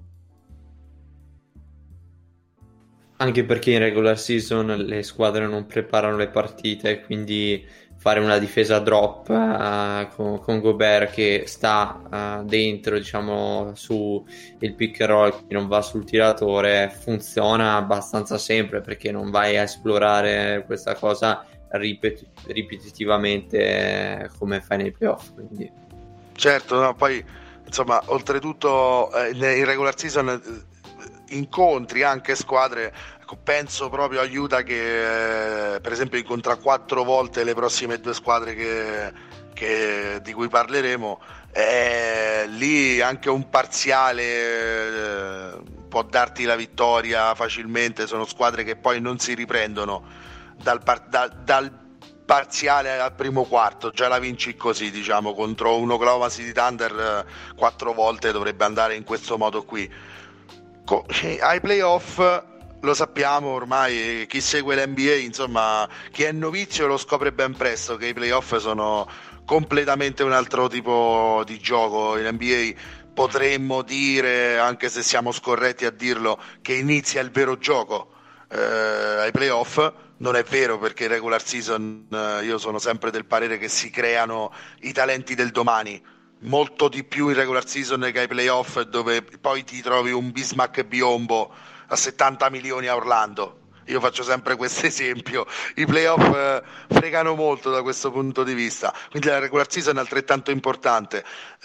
Anche perché in regular season le squadre non preparano le partite, quindi fare una difesa drop con Gobert che sta dentro, diciamo, su il pick and roll, che non va sul tiratore, funziona abbastanza sempre, perché non vai a esplorare questa cosa ripetitivamente come fai nei playoff. Quindi certo, no, poi insomma, oltretutto in regular season incontri anche squadre, penso proprio a Utah che per esempio incontra 4 volte le prossime 2 squadre di cui parleremo, lì anche un parziale può darti la vittoria facilmente. Sono squadre che poi non si riprendono dal parziale al primo quarto, già la vinci così, diciamo, contro un Oklahoma City Thunder 4 volte dovrebbe andare in questo modo qui. Ai playoff lo sappiamo ormai, chi segue l'NBA, insomma, chi è novizio lo scopre ben presto che i playoff sono completamente un altro tipo di gioco. In NBA potremmo dire, anche se siamo scorretti a dirlo, che inizia il vero gioco ai playoff. Non è vero, perché in regular season io sono sempre del parere che si creano i talenti del domani. molto di più in regular season che ai playoff, dove poi ti trovi un Bismack Biombo a 70 milioni a Orlando. Io faccio sempre questo esempio. I playoff fregano molto da questo punto di vista, quindi la regular season è altrettanto importante.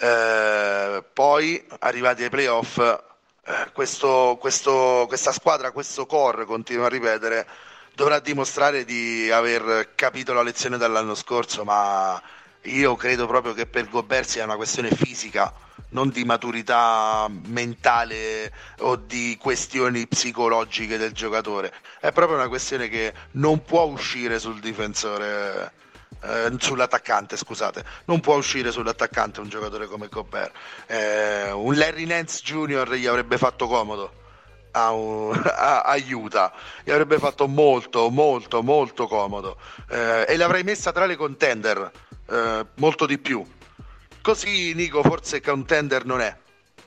Poi arrivati ai playoff, questa squadra, questo core, continuo a ripetere, dovrà dimostrare di aver capito la lezione dall'anno scorso, ma io credo proprio che per Gobert sia una questione fisica, non di maturità mentale o di questioni psicologiche del giocatore. È proprio una questione che non può uscire sul difensore, sull'attaccante, scusate, non può uscire sull'attaccante un giocatore come Gobert. Un Larry Nance Jr. gli avrebbe fatto comodo a Utah, gli avrebbe fatto molto molto molto comodo, e l'avrei messa tra le contender, molto di più. Così Nico forse contender non è.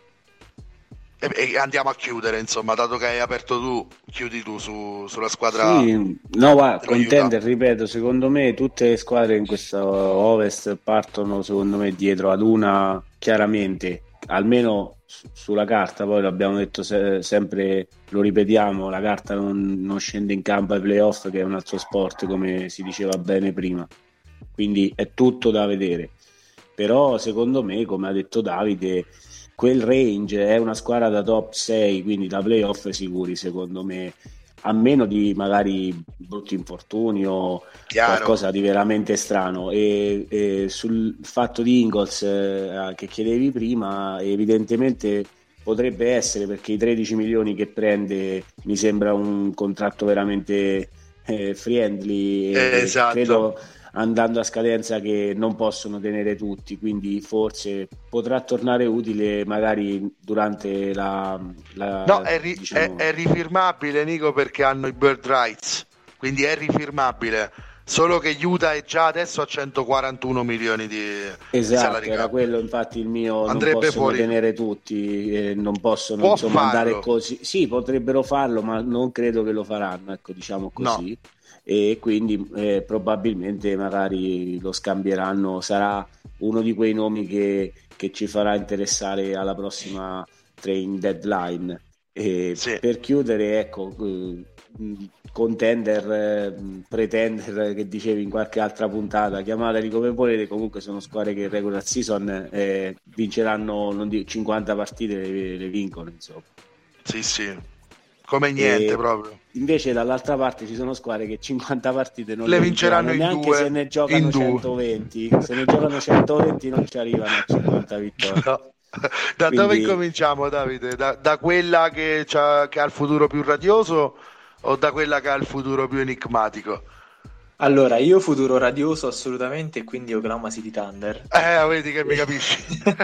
E andiamo a chiudere, insomma, dato che hai aperto tu, chiudi tu sulla squadra. Sì, no, guarda, contender, ripeto, secondo me tutte le squadre in questo Ovest partono, secondo me, dietro ad una, chiaramente, almeno sulla carta. Poi l'abbiamo detto sempre, lo ripetiamo, la carta non scende in campo ai playoff, che è un altro sport, come si diceva bene prima, quindi è tutto da vedere. Però secondo me, come ha detto Davide, quel range è una squadra da top 6, quindi da playoff sicuri, secondo me, a meno di magari brutti infortuni o qualcosa di veramente strano. E sul fatto di Ingles che chiedevi prima, evidentemente potrebbe essere, perché i 13 milioni che prende mi sembra un contratto veramente friendly, esatto. Credo, andando a scadenza, che non possono tenere tutti, quindi forse potrà tornare utile magari durante no, è rifirmabile, Nico, perché hanno i bird rights, quindi è rifirmabile, solo che Utah è già adesso a 141 milioni di esatto, di era quello infatti il mio, andrebbe non possono fuori. Tenere tutti, non possono insomma andare così, sì, potrebbero farlo, ma non credo che lo faranno, ecco, diciamo così. No. E quindi probabilmente magari lo scambieranno, sarà uno di quei nomi che ci farà interessare alla prossima trade deadline. Sì. Per chiudere, ecco, contender, pretender, che dicevi in qualche altra puntata, chiamateli come volete, comunque sono squadre che in regular season vinceranno, non dico 50 partite, le vincono, insomma. Sì, come niente proprio. Invece dall'altra parte ci sono squadre che 50 partite non le vinceranno in neanche due, se ne giocano 120. Se ne giocano 120 non ci arrivano a 50 vittorie. No. Quindi... dove incominciamo, Davide? Da quella che ha il futuro più radioso o da quella che ha il futuro più enigmatico? Allora, io futuro radioso assolutamente, quindi Oklahoma City Thunder. Vedi che mi capisci.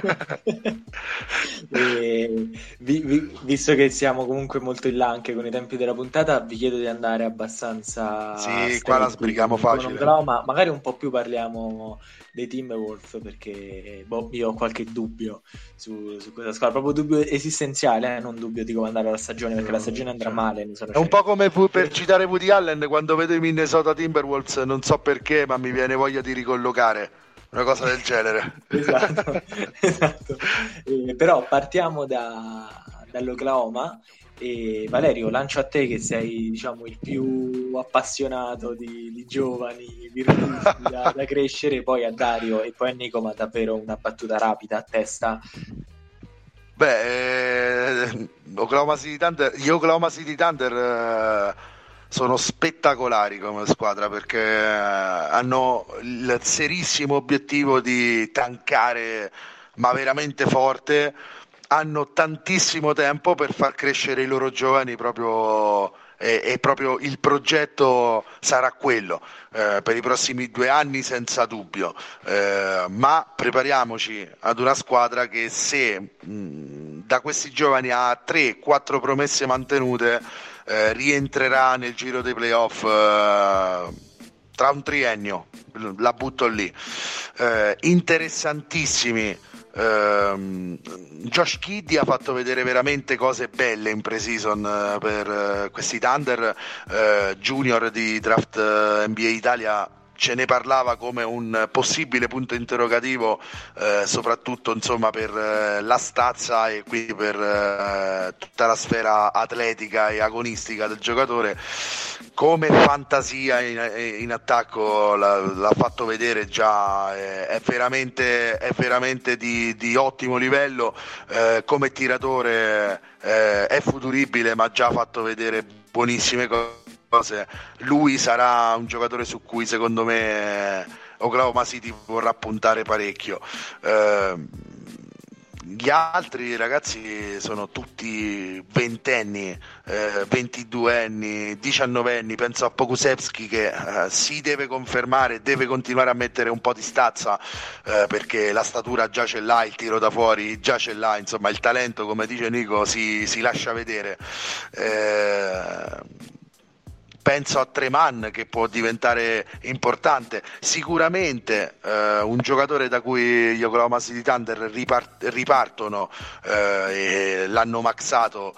Visto che siamo comunque molto in là anche con i tempi della puntata, vi chiedo di andare abbastanza... Sì, qua la sbrighiamo facile. Oklahoma, magari un po' più parliamo dei Timberwolves, perché io ho qualche dubbio su questa squadra, proprio dubbio esistenziale, non dubbio di comandare la stagione, perché la stagione andrà male. È un po' come per citare Woody Allen, quando vedo i Minnesota Timberwolves non so perché, ma mi viene voglia di ricollocare, una cosa del genere. Esatto. Però partiamo dall'Oklahoma. E Valerio, lancio a te, che sei, diciamo, il più appassionato di giovani virtuosi da crescere, poi a Dario e poi a Nico, ma davvero una battuta rapida a testa. Oklahoma City Thunder, gli Oklahoma City Thunder sono spettacolari come squadra, perché hanno il serissimo obiettivo di tankare, ma veramente forte. Hanno tantissimo tempo per far crescere i loro giovani, proprio, e proprio il progetto sarà quello per i prossimi 2 anni, senza dubbio. Ma prepariamoci ad una squadra che, se da questi giovani ha 3-4 promesse mantenute, rientrerà nel giro dei playoff tra un triennio, la butto lì. Interessantissimi. Josh Giddey ha fatto vedere veramente cose belle in pre-season per questi Thunder, junior di Draft NBA Italia, ce ne parlava come un possibile punto interrogativo, soprattutto insomma per la stazza e quindi per tutta la sfera atletica e agonistica del giocatore. Come fantasia in attacco l'ha fatto vedere già, è veramente di ottimo livello, come tiratore è futuribile, ma ha già fatto vedere buonissime cose. Lui sarà un giocatore su cui secondo me Oklahoma City vorrà puntare parecchio. Gli altri ragazzi sono tutti ventenni, 22enni, 19enni. Penso a Pokusevski che si deve confermare, deve continuare a mettere un po' di stazza, perché la statura già ce l'ha, il tiro da fuori già ce l'ha, insomma il talento, come dice Nico, si lascia vedere. Penso a Treman che può diventare importante, sicuramente un giocatore da cui gli Oklahoma City Thunder ripartono, e l'hanno maxato,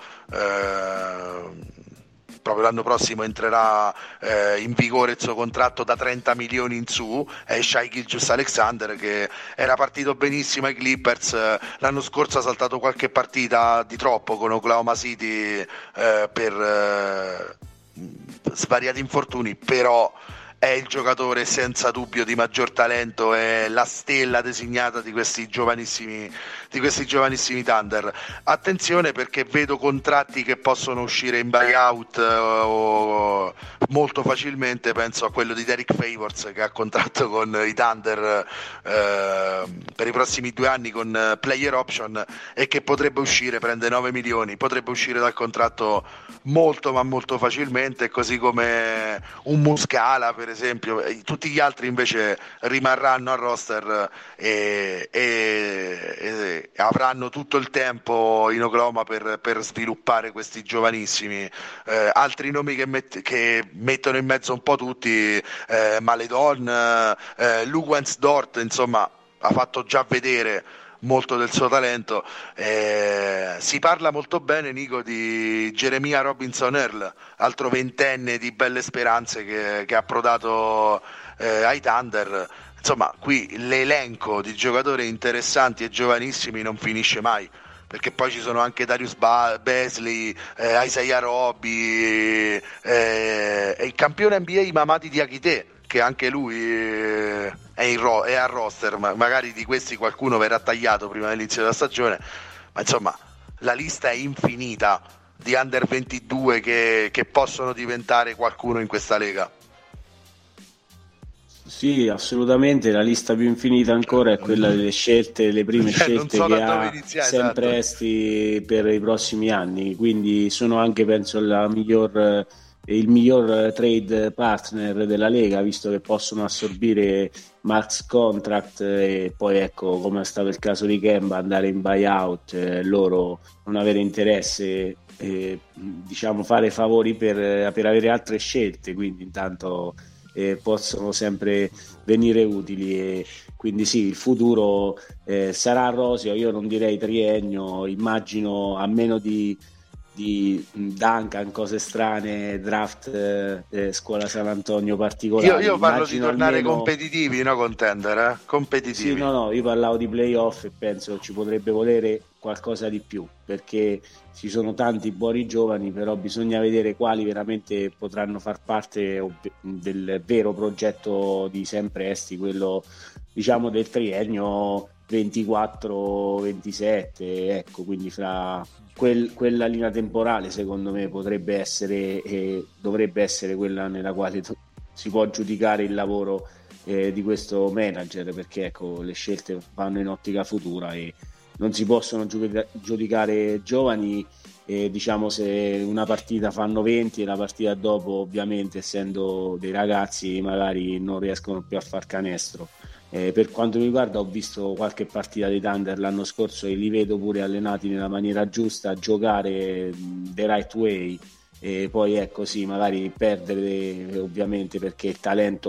proprio l'anno prossimo entrerà in vigore il suo contratto da 30 milioni in su, è Shai Gilgeous-Alexander, che era partito benissimo ai Clippers, l'anno scorso ha saltato qualche partita di troppo con Oklahoma City per svariati infortuni, però è il giocatore senza dubbio di maggior talento, è la stella designata di questi giovanissimi Thunder. Attenzione, perché vedo contratti che possono uscire in buyout molto facilmente. Penso a quello di Derek Favors, che ha contratto con i Thunder per i prossimi 2 anni con player option, e che potrebbe uscire, prende 9 milioni, potrebbe uscire dal contratto molto ma molto facilmente, così come un Muscala per esempio. Tutti gli altri invece rimarranno al roster e avranno tutto il tempo in Oklahoma per sviluppare questi giovanissimi. Altri nomi che mettono in mezzo un po' tutti, Maledon, Luguentz Dort, insomma ha fatto già vedere molto del suo talento. Si parla molto bene, Nico, di Jeremiah Robinson Earl, altro ventenne di belle speranze che ha approdato ai Thunder. Insomma, qui l'elenco di giocatori interessanti e giovanissimi non finisce mai, perché poi ci sono anche Darius Bazley, Isaiah Roby, e il campione NBA Mamadi Diakite, che anche lui è al roster, magari di questi qualcuno verrà tagliato prima dell'inizio della stagione, ma insomma la lista è infinita di under 22 che possono diventare qualcuno in questa lega. Sì, assolutamente, la lista più infinita ancora è quella delle scelte, le prime scelte so che ha iniziare, sempre esatto. Esti per i prossimi anni, quindi sono anche, penso, il miglior trade partner della Lega, visto che possono assorbire max contract e poi, ecco, come è stato il caso di Kemba, andare in buyout, loro non avere interesse, diciamo fare favori per avere altre scelte, quindi intanto possono sempre venire utili, e quindi sì, il futuro sarà roseo. Io non direi triennio, immagino, a meno di Duncan, cose strane, draft, scuola San Antonio particolari. Io parlo di Immagino tornare almeno competitivi, no contender, competitivi. Sì, no, io parlavo di playoff e penso ci potrebbe volere qualcosa di più, perché ci sono tanti buoni giovani, però bisogna vedere quali veramente potranno far parte del vero progetto di Sam Presti, quello, diciamo, del triennio 24-27, ecco, quindi fra quella linea temporale secondo me potrebbe essere e dovrebbe essere quella nella quale si può giudicare il lavoro di questo manager, perché ecco, le scelte vanno in ottica futura e non si possono giudicare giovani, diciamo, se una partita fanno 20 e la partita dopo, ovviamente essendo dei ragazzi, magari non riescono più a far canestro. Per quanto mi riguarda, ho visto qualche partita dei Thunder l'anno scorso e li vedo pure allenati nella maniera giusta, a giocare the right way, e poi ecco sì, magari perdere ovviamente perché il talento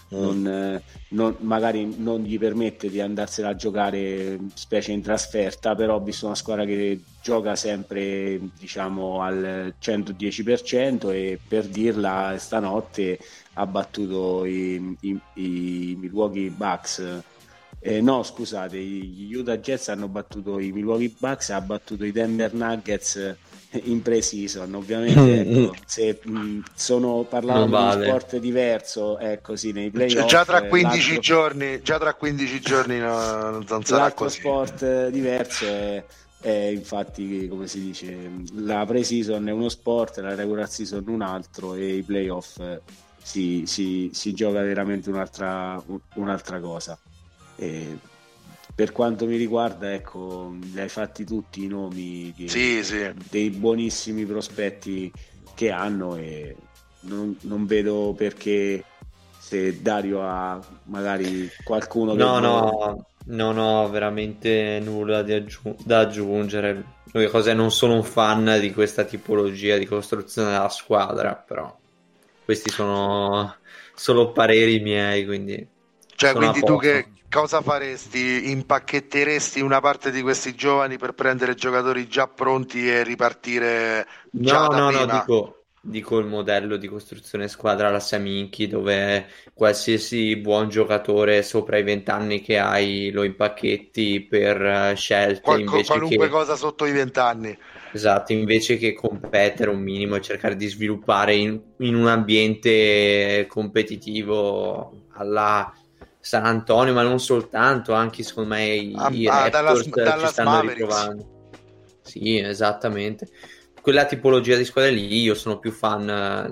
magari non gli permette di andarsela a giocare specie in trasferta, però ho visto una squadra che gioca sempre diciamo al 110%, e per dirla stanotte ha battuto i Milwaukee Bucks. No, scusate, gli Utah Jazz hanno battuto i Milwaukee Bucks e ha battuto i Denver Nuggets in pre-season. Ovviamente ecco, se parlavamo di uno sport diverso, è così nei playoff. Già tra 15 giorni non sarà così. Sport diverso è infatti, come si dice, la pre-season è uno sport, la regular season un altro, e i playoff si gioca veramente un'altra cosa. E per quanto mi riguarda, ecco, li hai fatti tutti i nomi dei buonissimi prospetti che hanno, e non vedo perché, se Dario ha magari qualcuno non ho veramente nulla da aggiungere. Le cose, non sono un fan di questa tipologia di costruzione della squadra, però questi sono solo pareri miei, quindi tu che cosa faresti? Impacchetteresti una parte di questi giovani per prendere giocatori già pronti e ripartire già da prima? Dico il modello di costruzione squadra alla Saminchi, dove qualsiasi buon giocatore sopra i 20 anni che hai lo impacchetti per scelte qualunque cosa sotto i 20 anni. Esatto, invece che competere un minimo e cercare di sviluppare in un ambiente competitivo alla San Antonio, ma non soltanto, anche secondo me i Raptors ci stanno ritrovando. Sì, esattamente. Quella tipologia di squadre lì, io sono più fan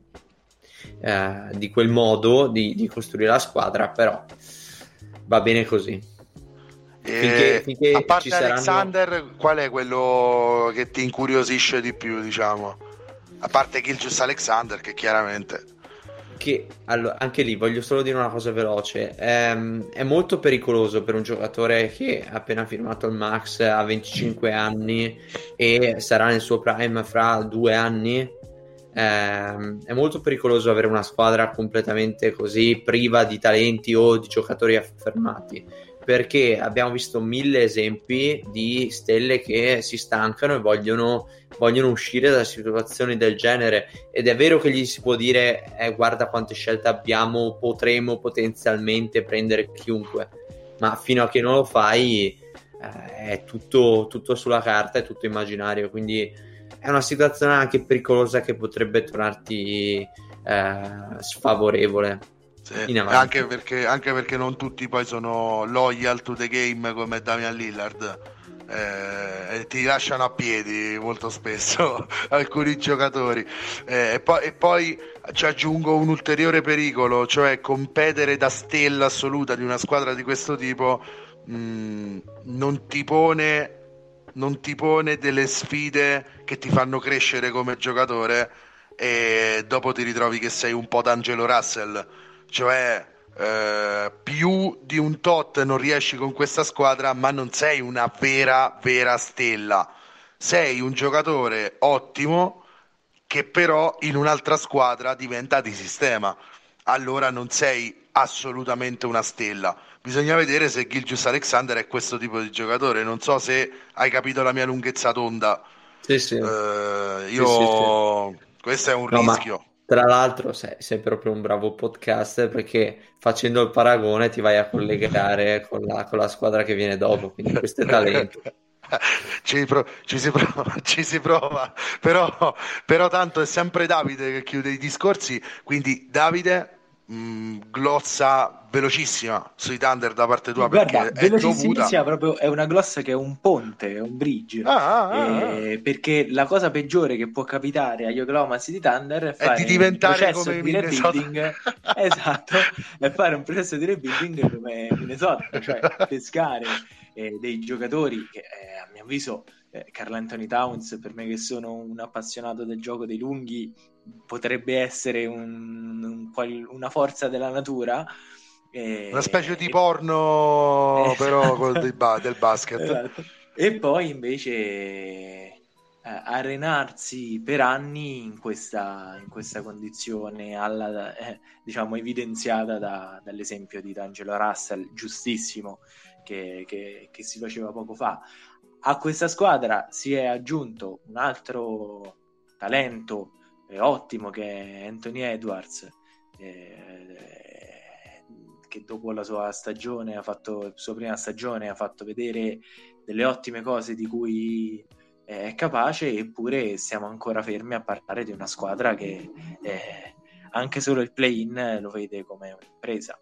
di quel modo di costruire la squadra, però va bene così. Finché a parte ci saranno... Alexander, qual è quello che ti incuriosisce di più, diciamo? A parte Gilgeous Alexander, che chiaramente... Allora, anche lì voglio solo dire una cosa veloce. È molto pericoloso per un giocatore che ha appena firmato il max, ha 25 anni e sarà nel suo prime fra 2 anni. È molto pericoloso avere una squadra completamente così priva di talenti o di giocatori affermati, perché abbiamo visto 1000 esempi di stelle che si stancano e vogliono uscire da situazioni del genere, ed è vero che gli si può dire guarda quante scelte abbiamo, potremo potenzialmente prendere chiunque, ma fino a che non lo fai è tutto sulla carta, è tutto immaginario, quindi è una situazione anche pericolosa che potrebbe tornarti sfavorevole. Sì, anche perché non tutti poi sono loyal to the game come Damian Lillard, e ti lasciano a piedi molto spesso alcuni giocatori, e poi ci aggiungo un ulteriore pericolo, cioè competere da stella assoluta di una squadra di questo tipo non ti pone delle sfide che ti fanno crescere come giocatore, e dopo ti ritrovi che sei un po' D'Angelo Russell, cioè più di un tot non riesci con questa squadra, ma non sei una vera stella, sei un giocatore ottimo che però in un'altra squadra diventa di sistema, allora non sei assolutamente una stella. Bisogna vedere se Gilgeous Alexander è questo tipo di giocatore. Non so se hai capito la mia lunghezza d'onda. Sì. Questo è un rischio. Tra l'altro sei proprio un bravo podcast, perché facendo il paragone ti vai a collegare con la squadra che viene dopo, quindi questo è talento. Ci si prova, però tanto è sempre Davide che chiude i discorsi, quindi Davide, glossa velocissima sui Thunder da parte tua. Guarda, perché velocissimissima, proprio è una glossa che è un ponte, è un bridge, perché la cosa peggiore che può capitare agli Oklahoma City Thunder è fare di diventare un processo come di rebuilding. Esatto, è fare un processo di rebuilding come Minnesota, cioè pescare dei giocatori che a mio avviso Karl Anthony Towns, per me che sono un appassionato del gioco dei lunghi, potrebbe essere una forza della natura, una specie di porno, però del basket. Esatto. E poi invece arenarsi per anni in questa condizione diciamo evidenziata dall'esempio di D'Angelo Russell, giustissimo, che si faceva poco fa. A questa squadra si è aggiunto un altro talento ottimo, che è Anthony Edwards, che dopo la sua prima stagione ha fatto vedere delle ottime cose di cui è capace, eppure siamo ancora fermi a parlare di una squadra che anche solo il play-in lo vede come un'impresa.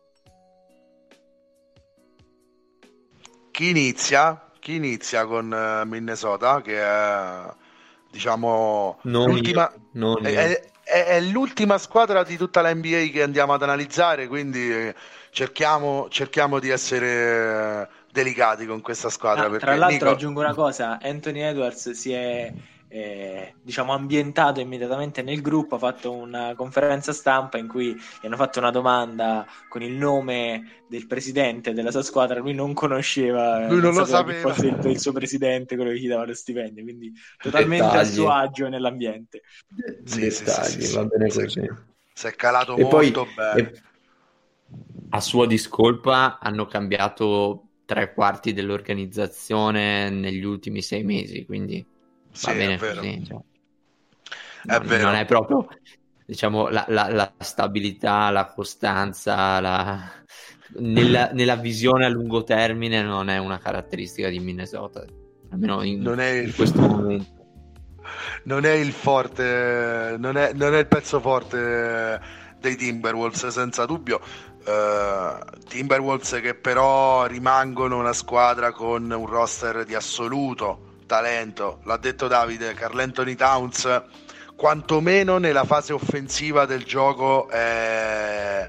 Chi inizia con Minnesota, che è, diciamo, l'ultima, è l'ultima squadra di tutta la NBA che andiamo ad analizzare, quindi cerchiamo di essere delicati con questa squadra. Perché, tra l'altro, aggiungo una cosa: Anthony Edwards si è diciamo ambientato immediatamente nel gruppo, ha fatto una conferenza stampa in cui gli hanno fatto una domanda con il nome del presidente della sua squadra. Lui non conosceva, lui non lo sapeva sapeva che fosse il suo presidente, quello che gli dava lo stipendio, quindi totalmente a suo agio nell'ambiente. Sì, va bene così. Si è calato e molto poi, bene. A sua discolpa hanno cambiato 3/4 dell'organizzazione negli ultimi 6 mesi, quindi va bene così. Cioè, non è proprio, diciamo, la stabilità, la costanza, nella visione a lungo termine non è una caratteristica di Minnesota, almeno in questo momento. Non è il forte, non è il pezzo forte dei Timberwolves, senza dubbio. Timberwolves che però rimangono una squadra con un roster di assoluto talento, l'ha detto Davide. Karl Anthony Towns, quantomeno nella fase offensiva del gioco, è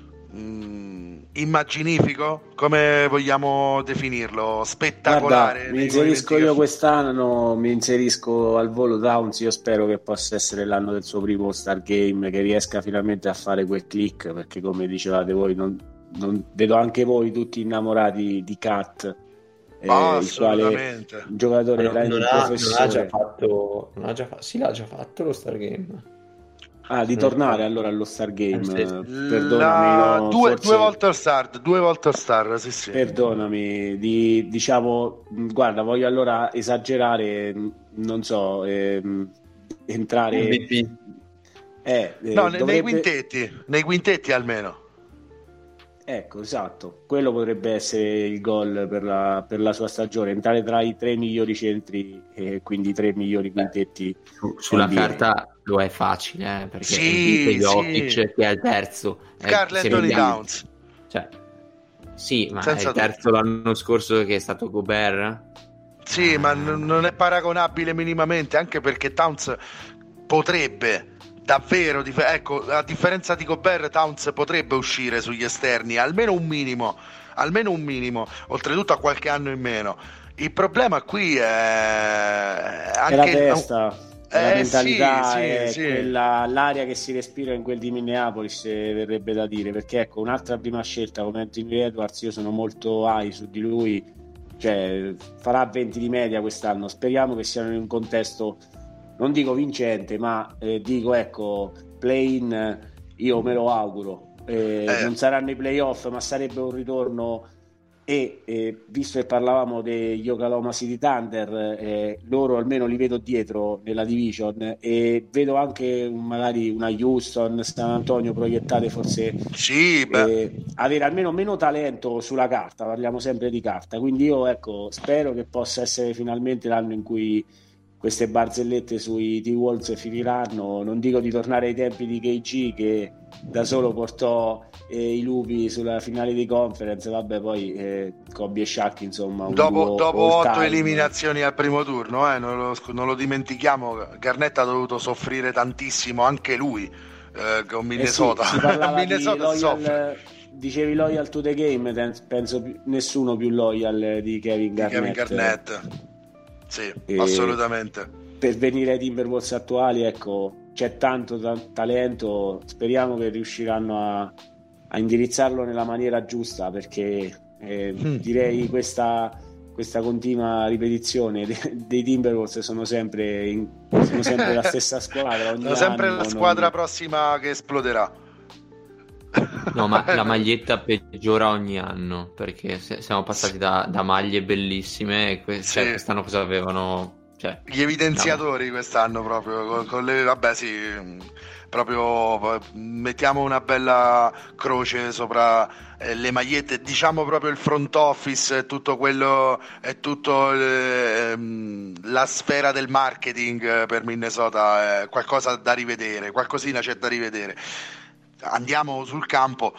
immaginifico, come vogliamo definirlo, spettacolare. Guarda, mi inserisco io quest'anno, mi inserisco al volo Towns. Io spero che possa essere l'anno del suo primo All-Star Game, che riesca finalmente a fare quel click, perché come dicevate voi, non vedo anche voi tutti innamorati di Cat, il quale un giocatore non ha già fatto lo Star Game. Di tornare allora allo Star Game. Perdonami, due volte All Star, sì. Perdonami, diciamo, guarda, voglio allora esagerare, non so, entrare MVP. Nei quintetti almeno. Ecco, esatto, quello potrebbe essere il goal per la sua stagione, entrare tra i 3 migliori centri e quindi 3 migliori quintetti. Sulla carta lo è facile, perché Jokic che è il terzo, Karl Anthony Towns, cioè, sì, ma è il terzo l'anno scorso che è stato Gobert. Sì, ma non è paragonabile minimamente, anche perché Towns potrebbe davvero, ecco, a differenza di Gobert, Towns potrebbe uscire sugli esterni, almeno un minimo, oltretutto a qualche anno in meno. Il problema qui è anche la testa, la mentalità, sì. L'aria che si respira in quel di Minneapolis, verrebbe da dire, perché ecco, un'altra prima scelta come Anthony Edwards, io sono molto high su di lui, cioè farà 20 di media quest'anno, speriamo che siano in un contesto, non dico vincente, ma dico, ecco, play-in, io me lo auguro. Non saranno i playoff, ma sarebbe un ritorno. E visto che parlavamo degli Oklahoma City Thunder, loro almeno li vedo dietro nella division, e vedo anche magari una Houston, San Antonio proiettate forse avere almeno meno talento sulla carta, parliamo sempre di carta, quindi io, ecco, spero che possa essere finalmente l'anno in cui queste barzellette sui T-Wolves finiranno. Non dico di tornare ai tempi di KG, che da solo portò i lupi sulla finale di conference, vabbè, poi Kobe e Shaq, insomma, dopo 8 eliminazioni al primo turno, non lo dimentichiamo. Garnett ha dovuto soffrire tantissimo anche lui con Minnesota. Si parlava Minnesota dicevi loyal to the game, penso nessuno più loyal di Kevin Garnett. Sì, assolutamente. Per venire ai Timberwolves attuali, ecco, c'è tanto talento, speriamo che riusciranno a indirizzarlo nella maniera giusta, perché direi questa questa continua ripetizione dei Timberwolves sono sempre la stessa squadra. Sono sempre la squadra prossima che esploderà. No, ma la maglietta peggiora ogni anno, perché siamo passati da maglie bellissime e quest'anno cosa avevano? Cioè, gli evidenziatori quest'anno proprio con le, vabbè sì, proprio mettiamo una bella croce sopra le magliette, diciamo proprio il front office, tutto quello è tutto la sfera del marketing per Minnesota, è qualcosa da rivedere, qualcosina c'è da rivedere. Andiamo sul campo.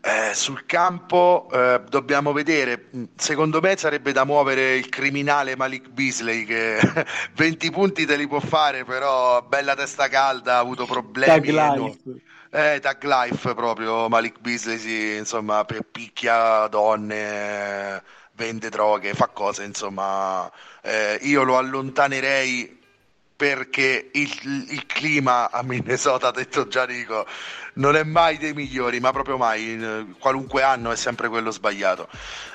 Dobbiamo vedere, secondo me sarebbe da muovere il criminale Malik Beasley, che 20 punti te li può fare, però bella testa calda, ha avuto problemi. Tag life proprio Malik Beasley, sì, insomma, picchia donne, vende droghe, fa cose, insomma, io lo allontanerei perché il clima a Minnesota, ha detto Gianrico, non è mai dei migliori, ma proprio mai, qualunque anno è sempre quello sbagliato.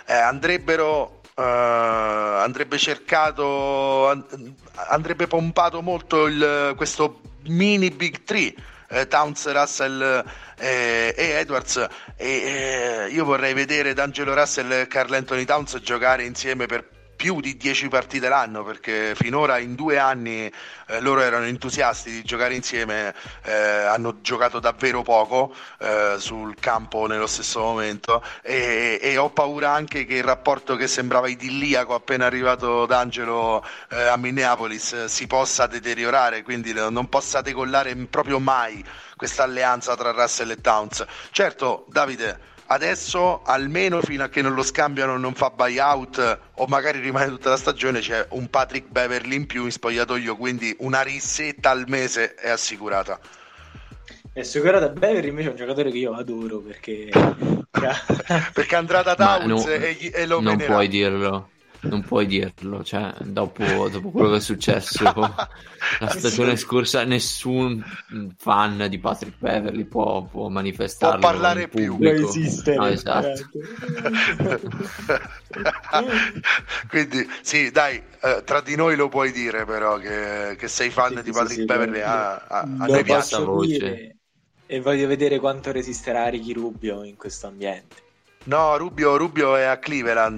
Andrebbe cercato, andrebbe pompato molto questo mini Big Three, Towns, Russell e Edwards, io vorrei vedere D'Angelo Russell e Karl Anthony Towns giocare insieme per più di 10 partite l'anno, perché finora in 2 anni loro erano entusiasti di giocare insieme, hanno giocato davvero poco sul campo nello stesso momento, e ho paura anche che il rapporto che sembrava idilliaco appena arrivato D'Angelo a Minneapolis si possa deteriorare, quindi non possa decollare proprio mai questa alleanza tra Russell e Towns. Certo, Davide, adesso almeno fino a che non lo scambiano, non fa buyout o magari rimane tutta la stagione, c'è un Patrick Beverley in più in spogliatoio, quindi una risetta al mese è assicurata. È assicurata. Beverley invece è un giocatore che io adoro, perché perché andrà da Towns e lo non venerà. Non puoi dirlo, cioè dopo quello che è successo la stagione scorsa, nessun fan di Patrick Beverley può manifestarlo, può parlare in più, pubblico. Non esiste. No, esatto. Quindi sì, dai, tra di noi lo puoi dire, però che sei fan di Patrick Beverley, a noi piace. Posso dire, e voglio vedere quanto resisterà Ricky Rubio in questo ambiente. No, Rubio è a Cleveland.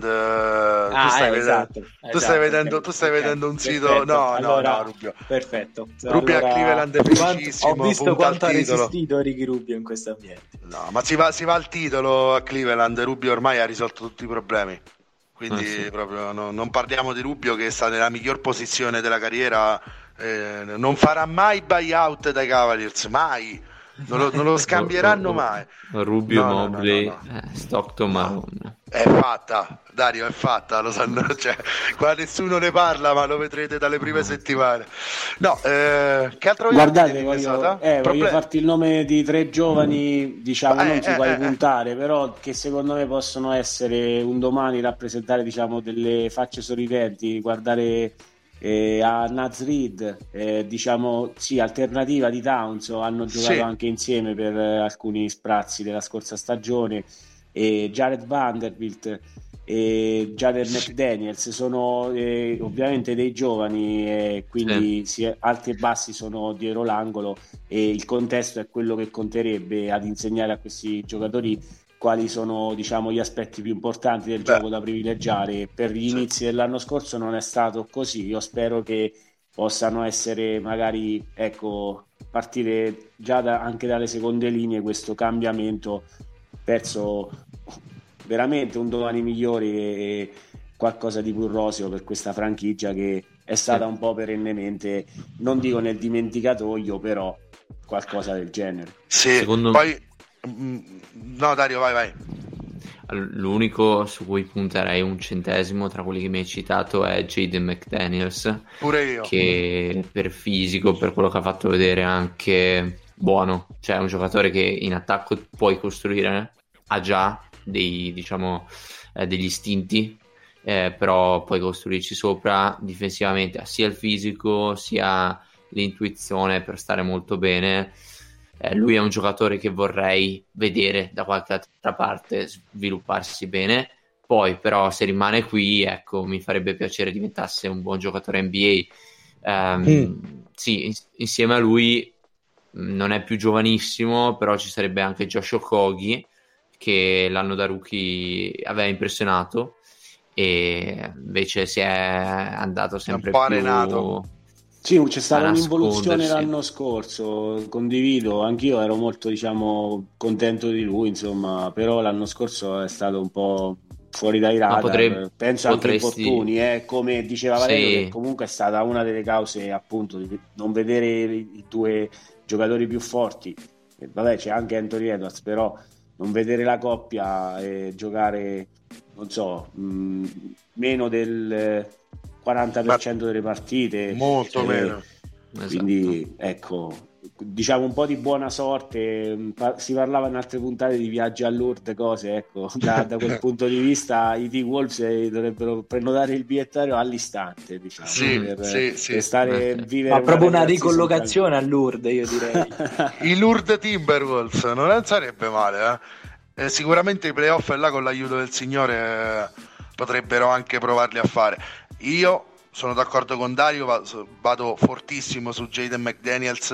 Tu stai vedendo un sito. Perfetto. No, Allora, Rubio. Perfetto. Rubio allora, a Cleveland è felicissimo. Ho visto quanto ha resistito Ricky Rubio in questo ambiente. No, ma si va al titolo a Cleveland. Rubio ormai ha risolto tutti i problemi. Quindi sì. proprio non parliamo di Rubio, che sta nella miglior posizione della carriera. Non farà mai buyout dai Cavaliers, mai. Non lo scambieranno mai. Rubio, No. Mobley, Stockton, Malone. È fatta, Dario, è fatta, lo sanno, cioè, qua nessuno ne parla, ma lo vedrete dalle prime settimane. No, che altro? Guardate, voglio farti il nome di 3 giovani, diciamo, non sui quali puntare, però che secondo me possono essere un domani rappresentare, diciamo, delle facce sorridenti. Guardare a Naz Reid, diciamo, sì, alternativa di Towns, hanno giocato anche insieme per alcuni sprazzi della scorsa stagione, e Jared Vanderbilt e Jaden McDaniels sono ovviamente dei giovani, quindi alti e bassi sono dietro l'angolo, e il contesto è quello che conterebbe ad insegnare a questi giocatori quali sono, diciamo, gli aspetti più importanti del gioco da privilegiare. Per gli inizi dell'anno scorso non è stato così. Io spero che possano essere, magari, partire già anche dalle seconde linee questo cambiamento verso veramente un domani migliore e qualcosa di più roseo per questa franchigia che è stata un po' perennemente, non dico nel dimenticatoio, però qualcosa del genere. Sì, poi no, Dario, vai. L'unico su cui punterei un centesimo tra quelli che mi hai citato è Jaden McDaniels. Pure io. Che per fisico, per quello che ha fatto vedere, anche buono. Cioè è un giocatore che in attacco puoi costruire, ha già degli istinti, però puoi costruirci sopra. Difensivamente ha sia il fisico sia l'intuizione per stare molto bene. Lui è un giocatore che vorrei vedere da qualche altra parte svilupparsi bene, Poi però se rimane qui, ecco, mi farebbe piacere diventasse un buon giocatore NBA. Sì, insieme a lui non è più giovanissimo, però ci sarebbe anche Josh Okogie, che l'anno da rookie aveva impressionato e invece si è andato sempre un po' più arenato. Sì, c'è stata a un'involuzione nascondersi. l'anno scorso, condivido, anch'io ero molto, diciamo, contento di lui, insomma, però l'anno scorso è stato un po' fuori dai Ma radar, penso anche potresti, infortuni, come diceva Valerio, che sì, comunque è stata una delle cause appunto di non vedere i due giocatori più forti. E vabbè, c'è anche Anthony Edwards, però non vedere la coppia e giocare, non so, meno del 40% delle partite. Molto meno. esatto. Quindi ecco, diciamo un po' di buona sorte. Si parlava in altre puntate di viaggi a Lourdes, cose, ecco, da quel punto di vista i T-Wolves dovrebbero prenotare il bigliettario all'istante, diciamo, Sì, per sì. stare vivere Ma proprio una ragazzi ricollocazione a Lourdes, io direi. I Lourdes Timberwolves non sarebbe male, eh? Sicuramente i playoff là con l'aiuto del Signore potrebbero anche provarli a fare. Io sono d'accordo con Dario, vado fortissimo su Jaden McDaniels,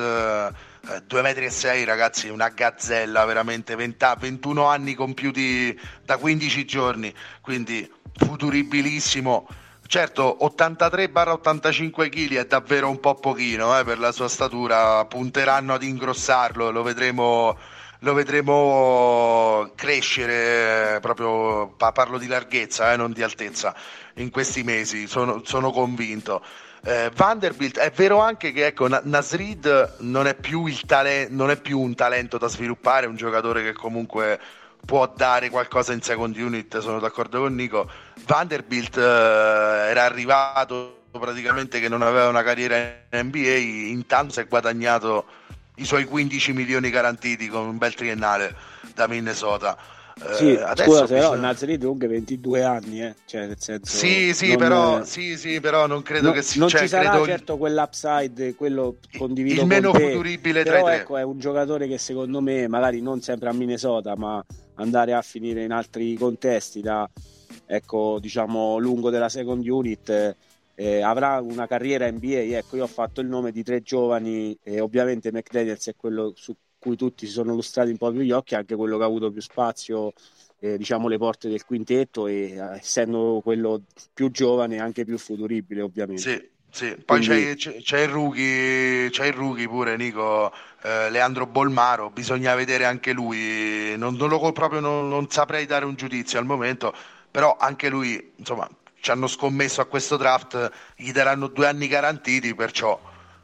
2,6 m, ragazzi, una gazzella, veramente, 21 anni compiuti da 15 giorni, quindi futuribilissimo. Certo, 83-85 kg è davvero un po' pochino per la sua statura, punteranno ad ingrossarlo, lo vedremo crescere, proprio parlo di larghezza, non di altezza, in questi mesi, sono convinto. Vanderbilt è vero anche che ecco, Nasrid non è più non è più un talento da sviluppare, è un giocatore che comunque può dare qualcosa in second unit, sono d'accordo con Nico. Vanderbilt era arrivato praticamente che non aveva una carriera in NBA, intanto si è guadagnato i suoi 15 milioni garantiti con un bel triennale da Minnesota. Sì, Adesso scusa, però Nazareth comunque 22 anni, cioè nel senso sì, però non credo che non cioè, ci sarà credo certo quell'upside, quello condivido il meno con te, futuribile tra però i tre. ecco, è un giocatore che secondo me magari non sempre a Minnesota, ma andare a finire in altri contesti da, ecco, diciamo, lungo della second unit, avrà una carriera NBA. Ecco, io ho fatto il nome di 3 giovani e ovviamente McDaniels è quello su cui tutti si sono lustrati un po' più gli occhi, anche quello che ha avuto più spazio, diciamo, le porte del quintetto, e essendo quello più giovane anche più futuribile, ovviamente. Sì. Poi Quindi c'è il rookie pure, Nico, Leandro Bolmaro, bisogna vedere anche lui, proprio non saprei dare un giudizio al momento, però anche lui, insomma, ci hanno scommesso a questo draft, gli daranno 2 anni garantiti, perciò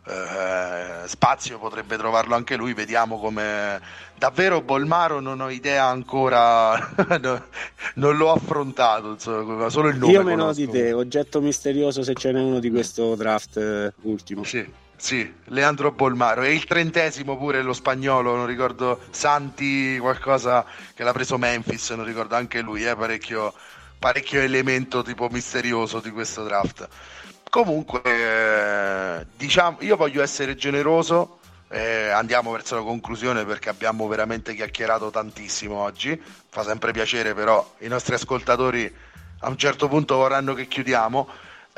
spazio potrebbe trovarlo anche lui, vediamo come. Davvero Bolmaro non ho idea ancora, non l'ho affrontato, insomma, solo il nome io meno conosco. di te, oggetto misterioso se ce n'è uno di questo draft ultimo. Sì, Leandro Bolmaro, e il 30° pure lo spagnolo, non ricordo, Santi qualcosa, che l'ha preso Memphis, non ricordo, anche lui, parecchio elemento tipo misterioso di questo draft. Comunque, diciamo, io voglio essere generoso, andiamo verso la conclusione perché abbiamo veramente chiacchierato tantissimo oggi, fa sempre piacere, però i nostri ascoltatori a un certo punto vorranno che chiudiamo.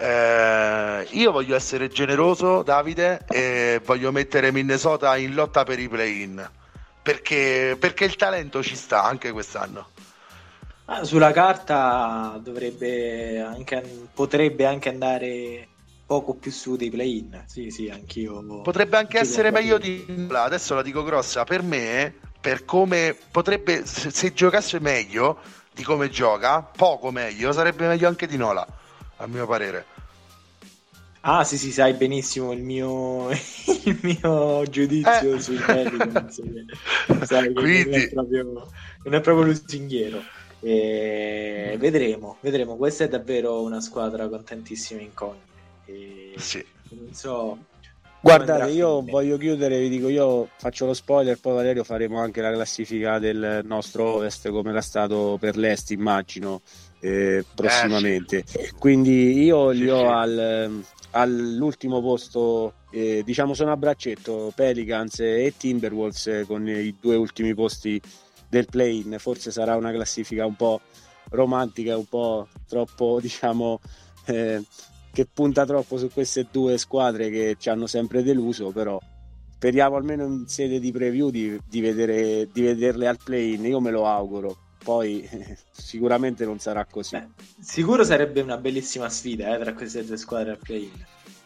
Io voglio essere generoso, Davide, e voglio mettere Minnesota in lotta per i play-in, perché il talento ci sta anche quest'anno. Sulla carta potrebbe anche andare poco più su dei play-in. Sì, anch'io. Potrebbe anche essere meglio di Nola. Adesso la dico grossa, per me, per come potrebbe, se giocasse meglio di come gioca, poco meglio, sarebbe meglio anche di Nola, a mio parere. Sì, sai benissimo il mio giudizio sui Pelicans. Sai che Quindi non è proprio lusinghiero. Vedremo. Questa è davvero una squadra con tantissime incognite. Sì. Non so. Guardate, io voglio chiudere, vi dico, io faccio lo spoiler, poi Valerio faremo anche la classifica del nostro Ovest come era stato per l'Est, immagino, prossimamente. Quindi io li ho all'ultimo posto, diciamo sono a braccetto Pelicans e Timberwolves con i 2 ultimi posti del play-in. Forse sarà una classifica un po' romantica, un po' troppo, diciamo, che punta troppo su queste due squadre che ci hanno sempre deluso, però speriamo almeno in sede di preview di vederle al play-in, io me lo auguro. Poi sicuramente non sarà così. Sicuro sarebbe una bellissima sfida tra queste due squadre al play-in.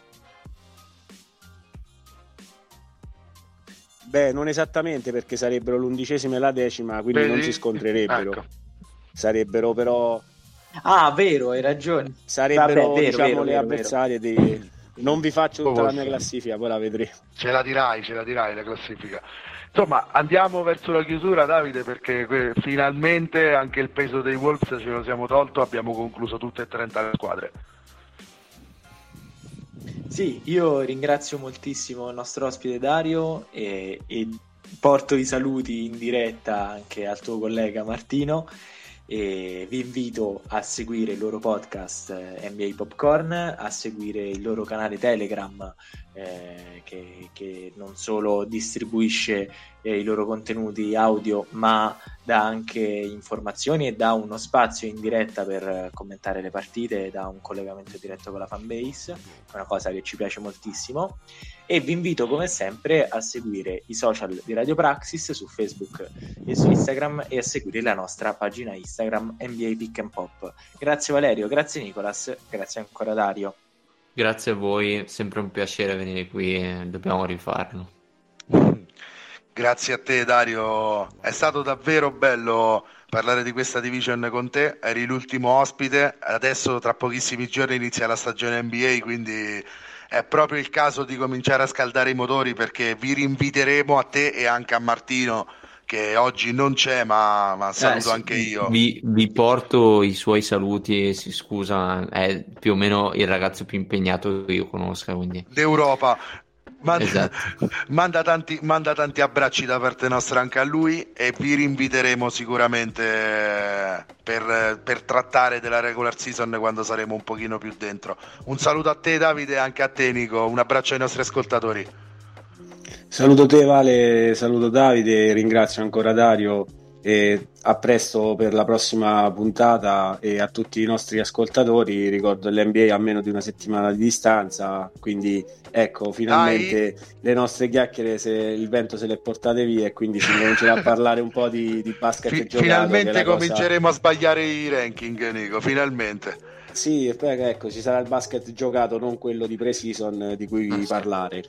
Non esattamente, perché sarebbero l'11ª e la 10ª, quindi non si scontrerebbero. Ecco. Sarebbero però... Ah, vero, hai ragione. Sarebbero, vabbè, diciamo, le avversarie Non vi faccio tutta la mia classifica, poi la vedremo. Ce la dirai la classifica. Insomma, andiamo verso la chiusura, Davide, perché finalmente anche il peso dei Wolves ce lo siamo tolto, abbiamo concluso tutte e 30 le squadre. Sì, io ringrazio moltissimo il nostro ospite Dario e porto i saluti in diretta anche al tuo collega Martino, e vi invito a seguire il loro podcast NBA Popcorn, a seguire il loro canale Telegram che non solo distribuisce i loro contenuti audio, ma dà anche informazioni e dà uno spazio in diretta per commentare le partite, dà un collegamento diretto con la fanbase, è una cosa che ci piace moltissimo. E vi invito come sempre a seguire i social di Radio Praxis su Facebook e su Instagram, e a seguire la nostra pagina Instagram NBA Pick and Pop. Grazie Valerio, grazie Nicolas, grazie ancora Dario. Grazie a voi, sempre un piacere venire qui, dobbiamo rifarlo. Grazie a te Dario, è stato davvero bello parlare di questa division con te, eri l'ultimo ospite, adesso tra pochissimi giorni inizia la stagione NBA, quindi è proprio il caso di cominciare a scaldare i motori, perché vi rinviteremo a te e anche a Martino, che oggi non c'è, ma saluto anche io. Vi porto i suoi saluti, si scusa, è più o meno il ragazzo più impegnato che io conosca, quindi d'Europa. Esatto. Manda tanti abbracci da parte nostra anche a lui, e vi rinviteremo sicuramente per trattare della regular season quando saremo un pochino più dentro. Un saluto a te Davide e anche a te Nico, un abbraccio ai nostri ascoltatori. Saluto te Vale, saluto Davide, ringrazio ancora Dario e a presto per la prossima puntata, e a tutti i nostri ascoltatori ricordo l'NBA a meno di una settimana di distanza, quindi ecco, finalmente le nostre chiacchiere il vento se le portate via, e quindi si comincerà a parlare un po' di basket giocato. Finalmente cominceremo a sbagliare i ranking, Nico, finalmente. Sì, e poi ecco, ci sarà il basket giocato, non quello di pre-season di cui parlare.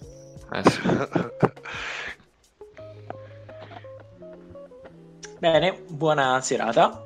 Bene, buona serata.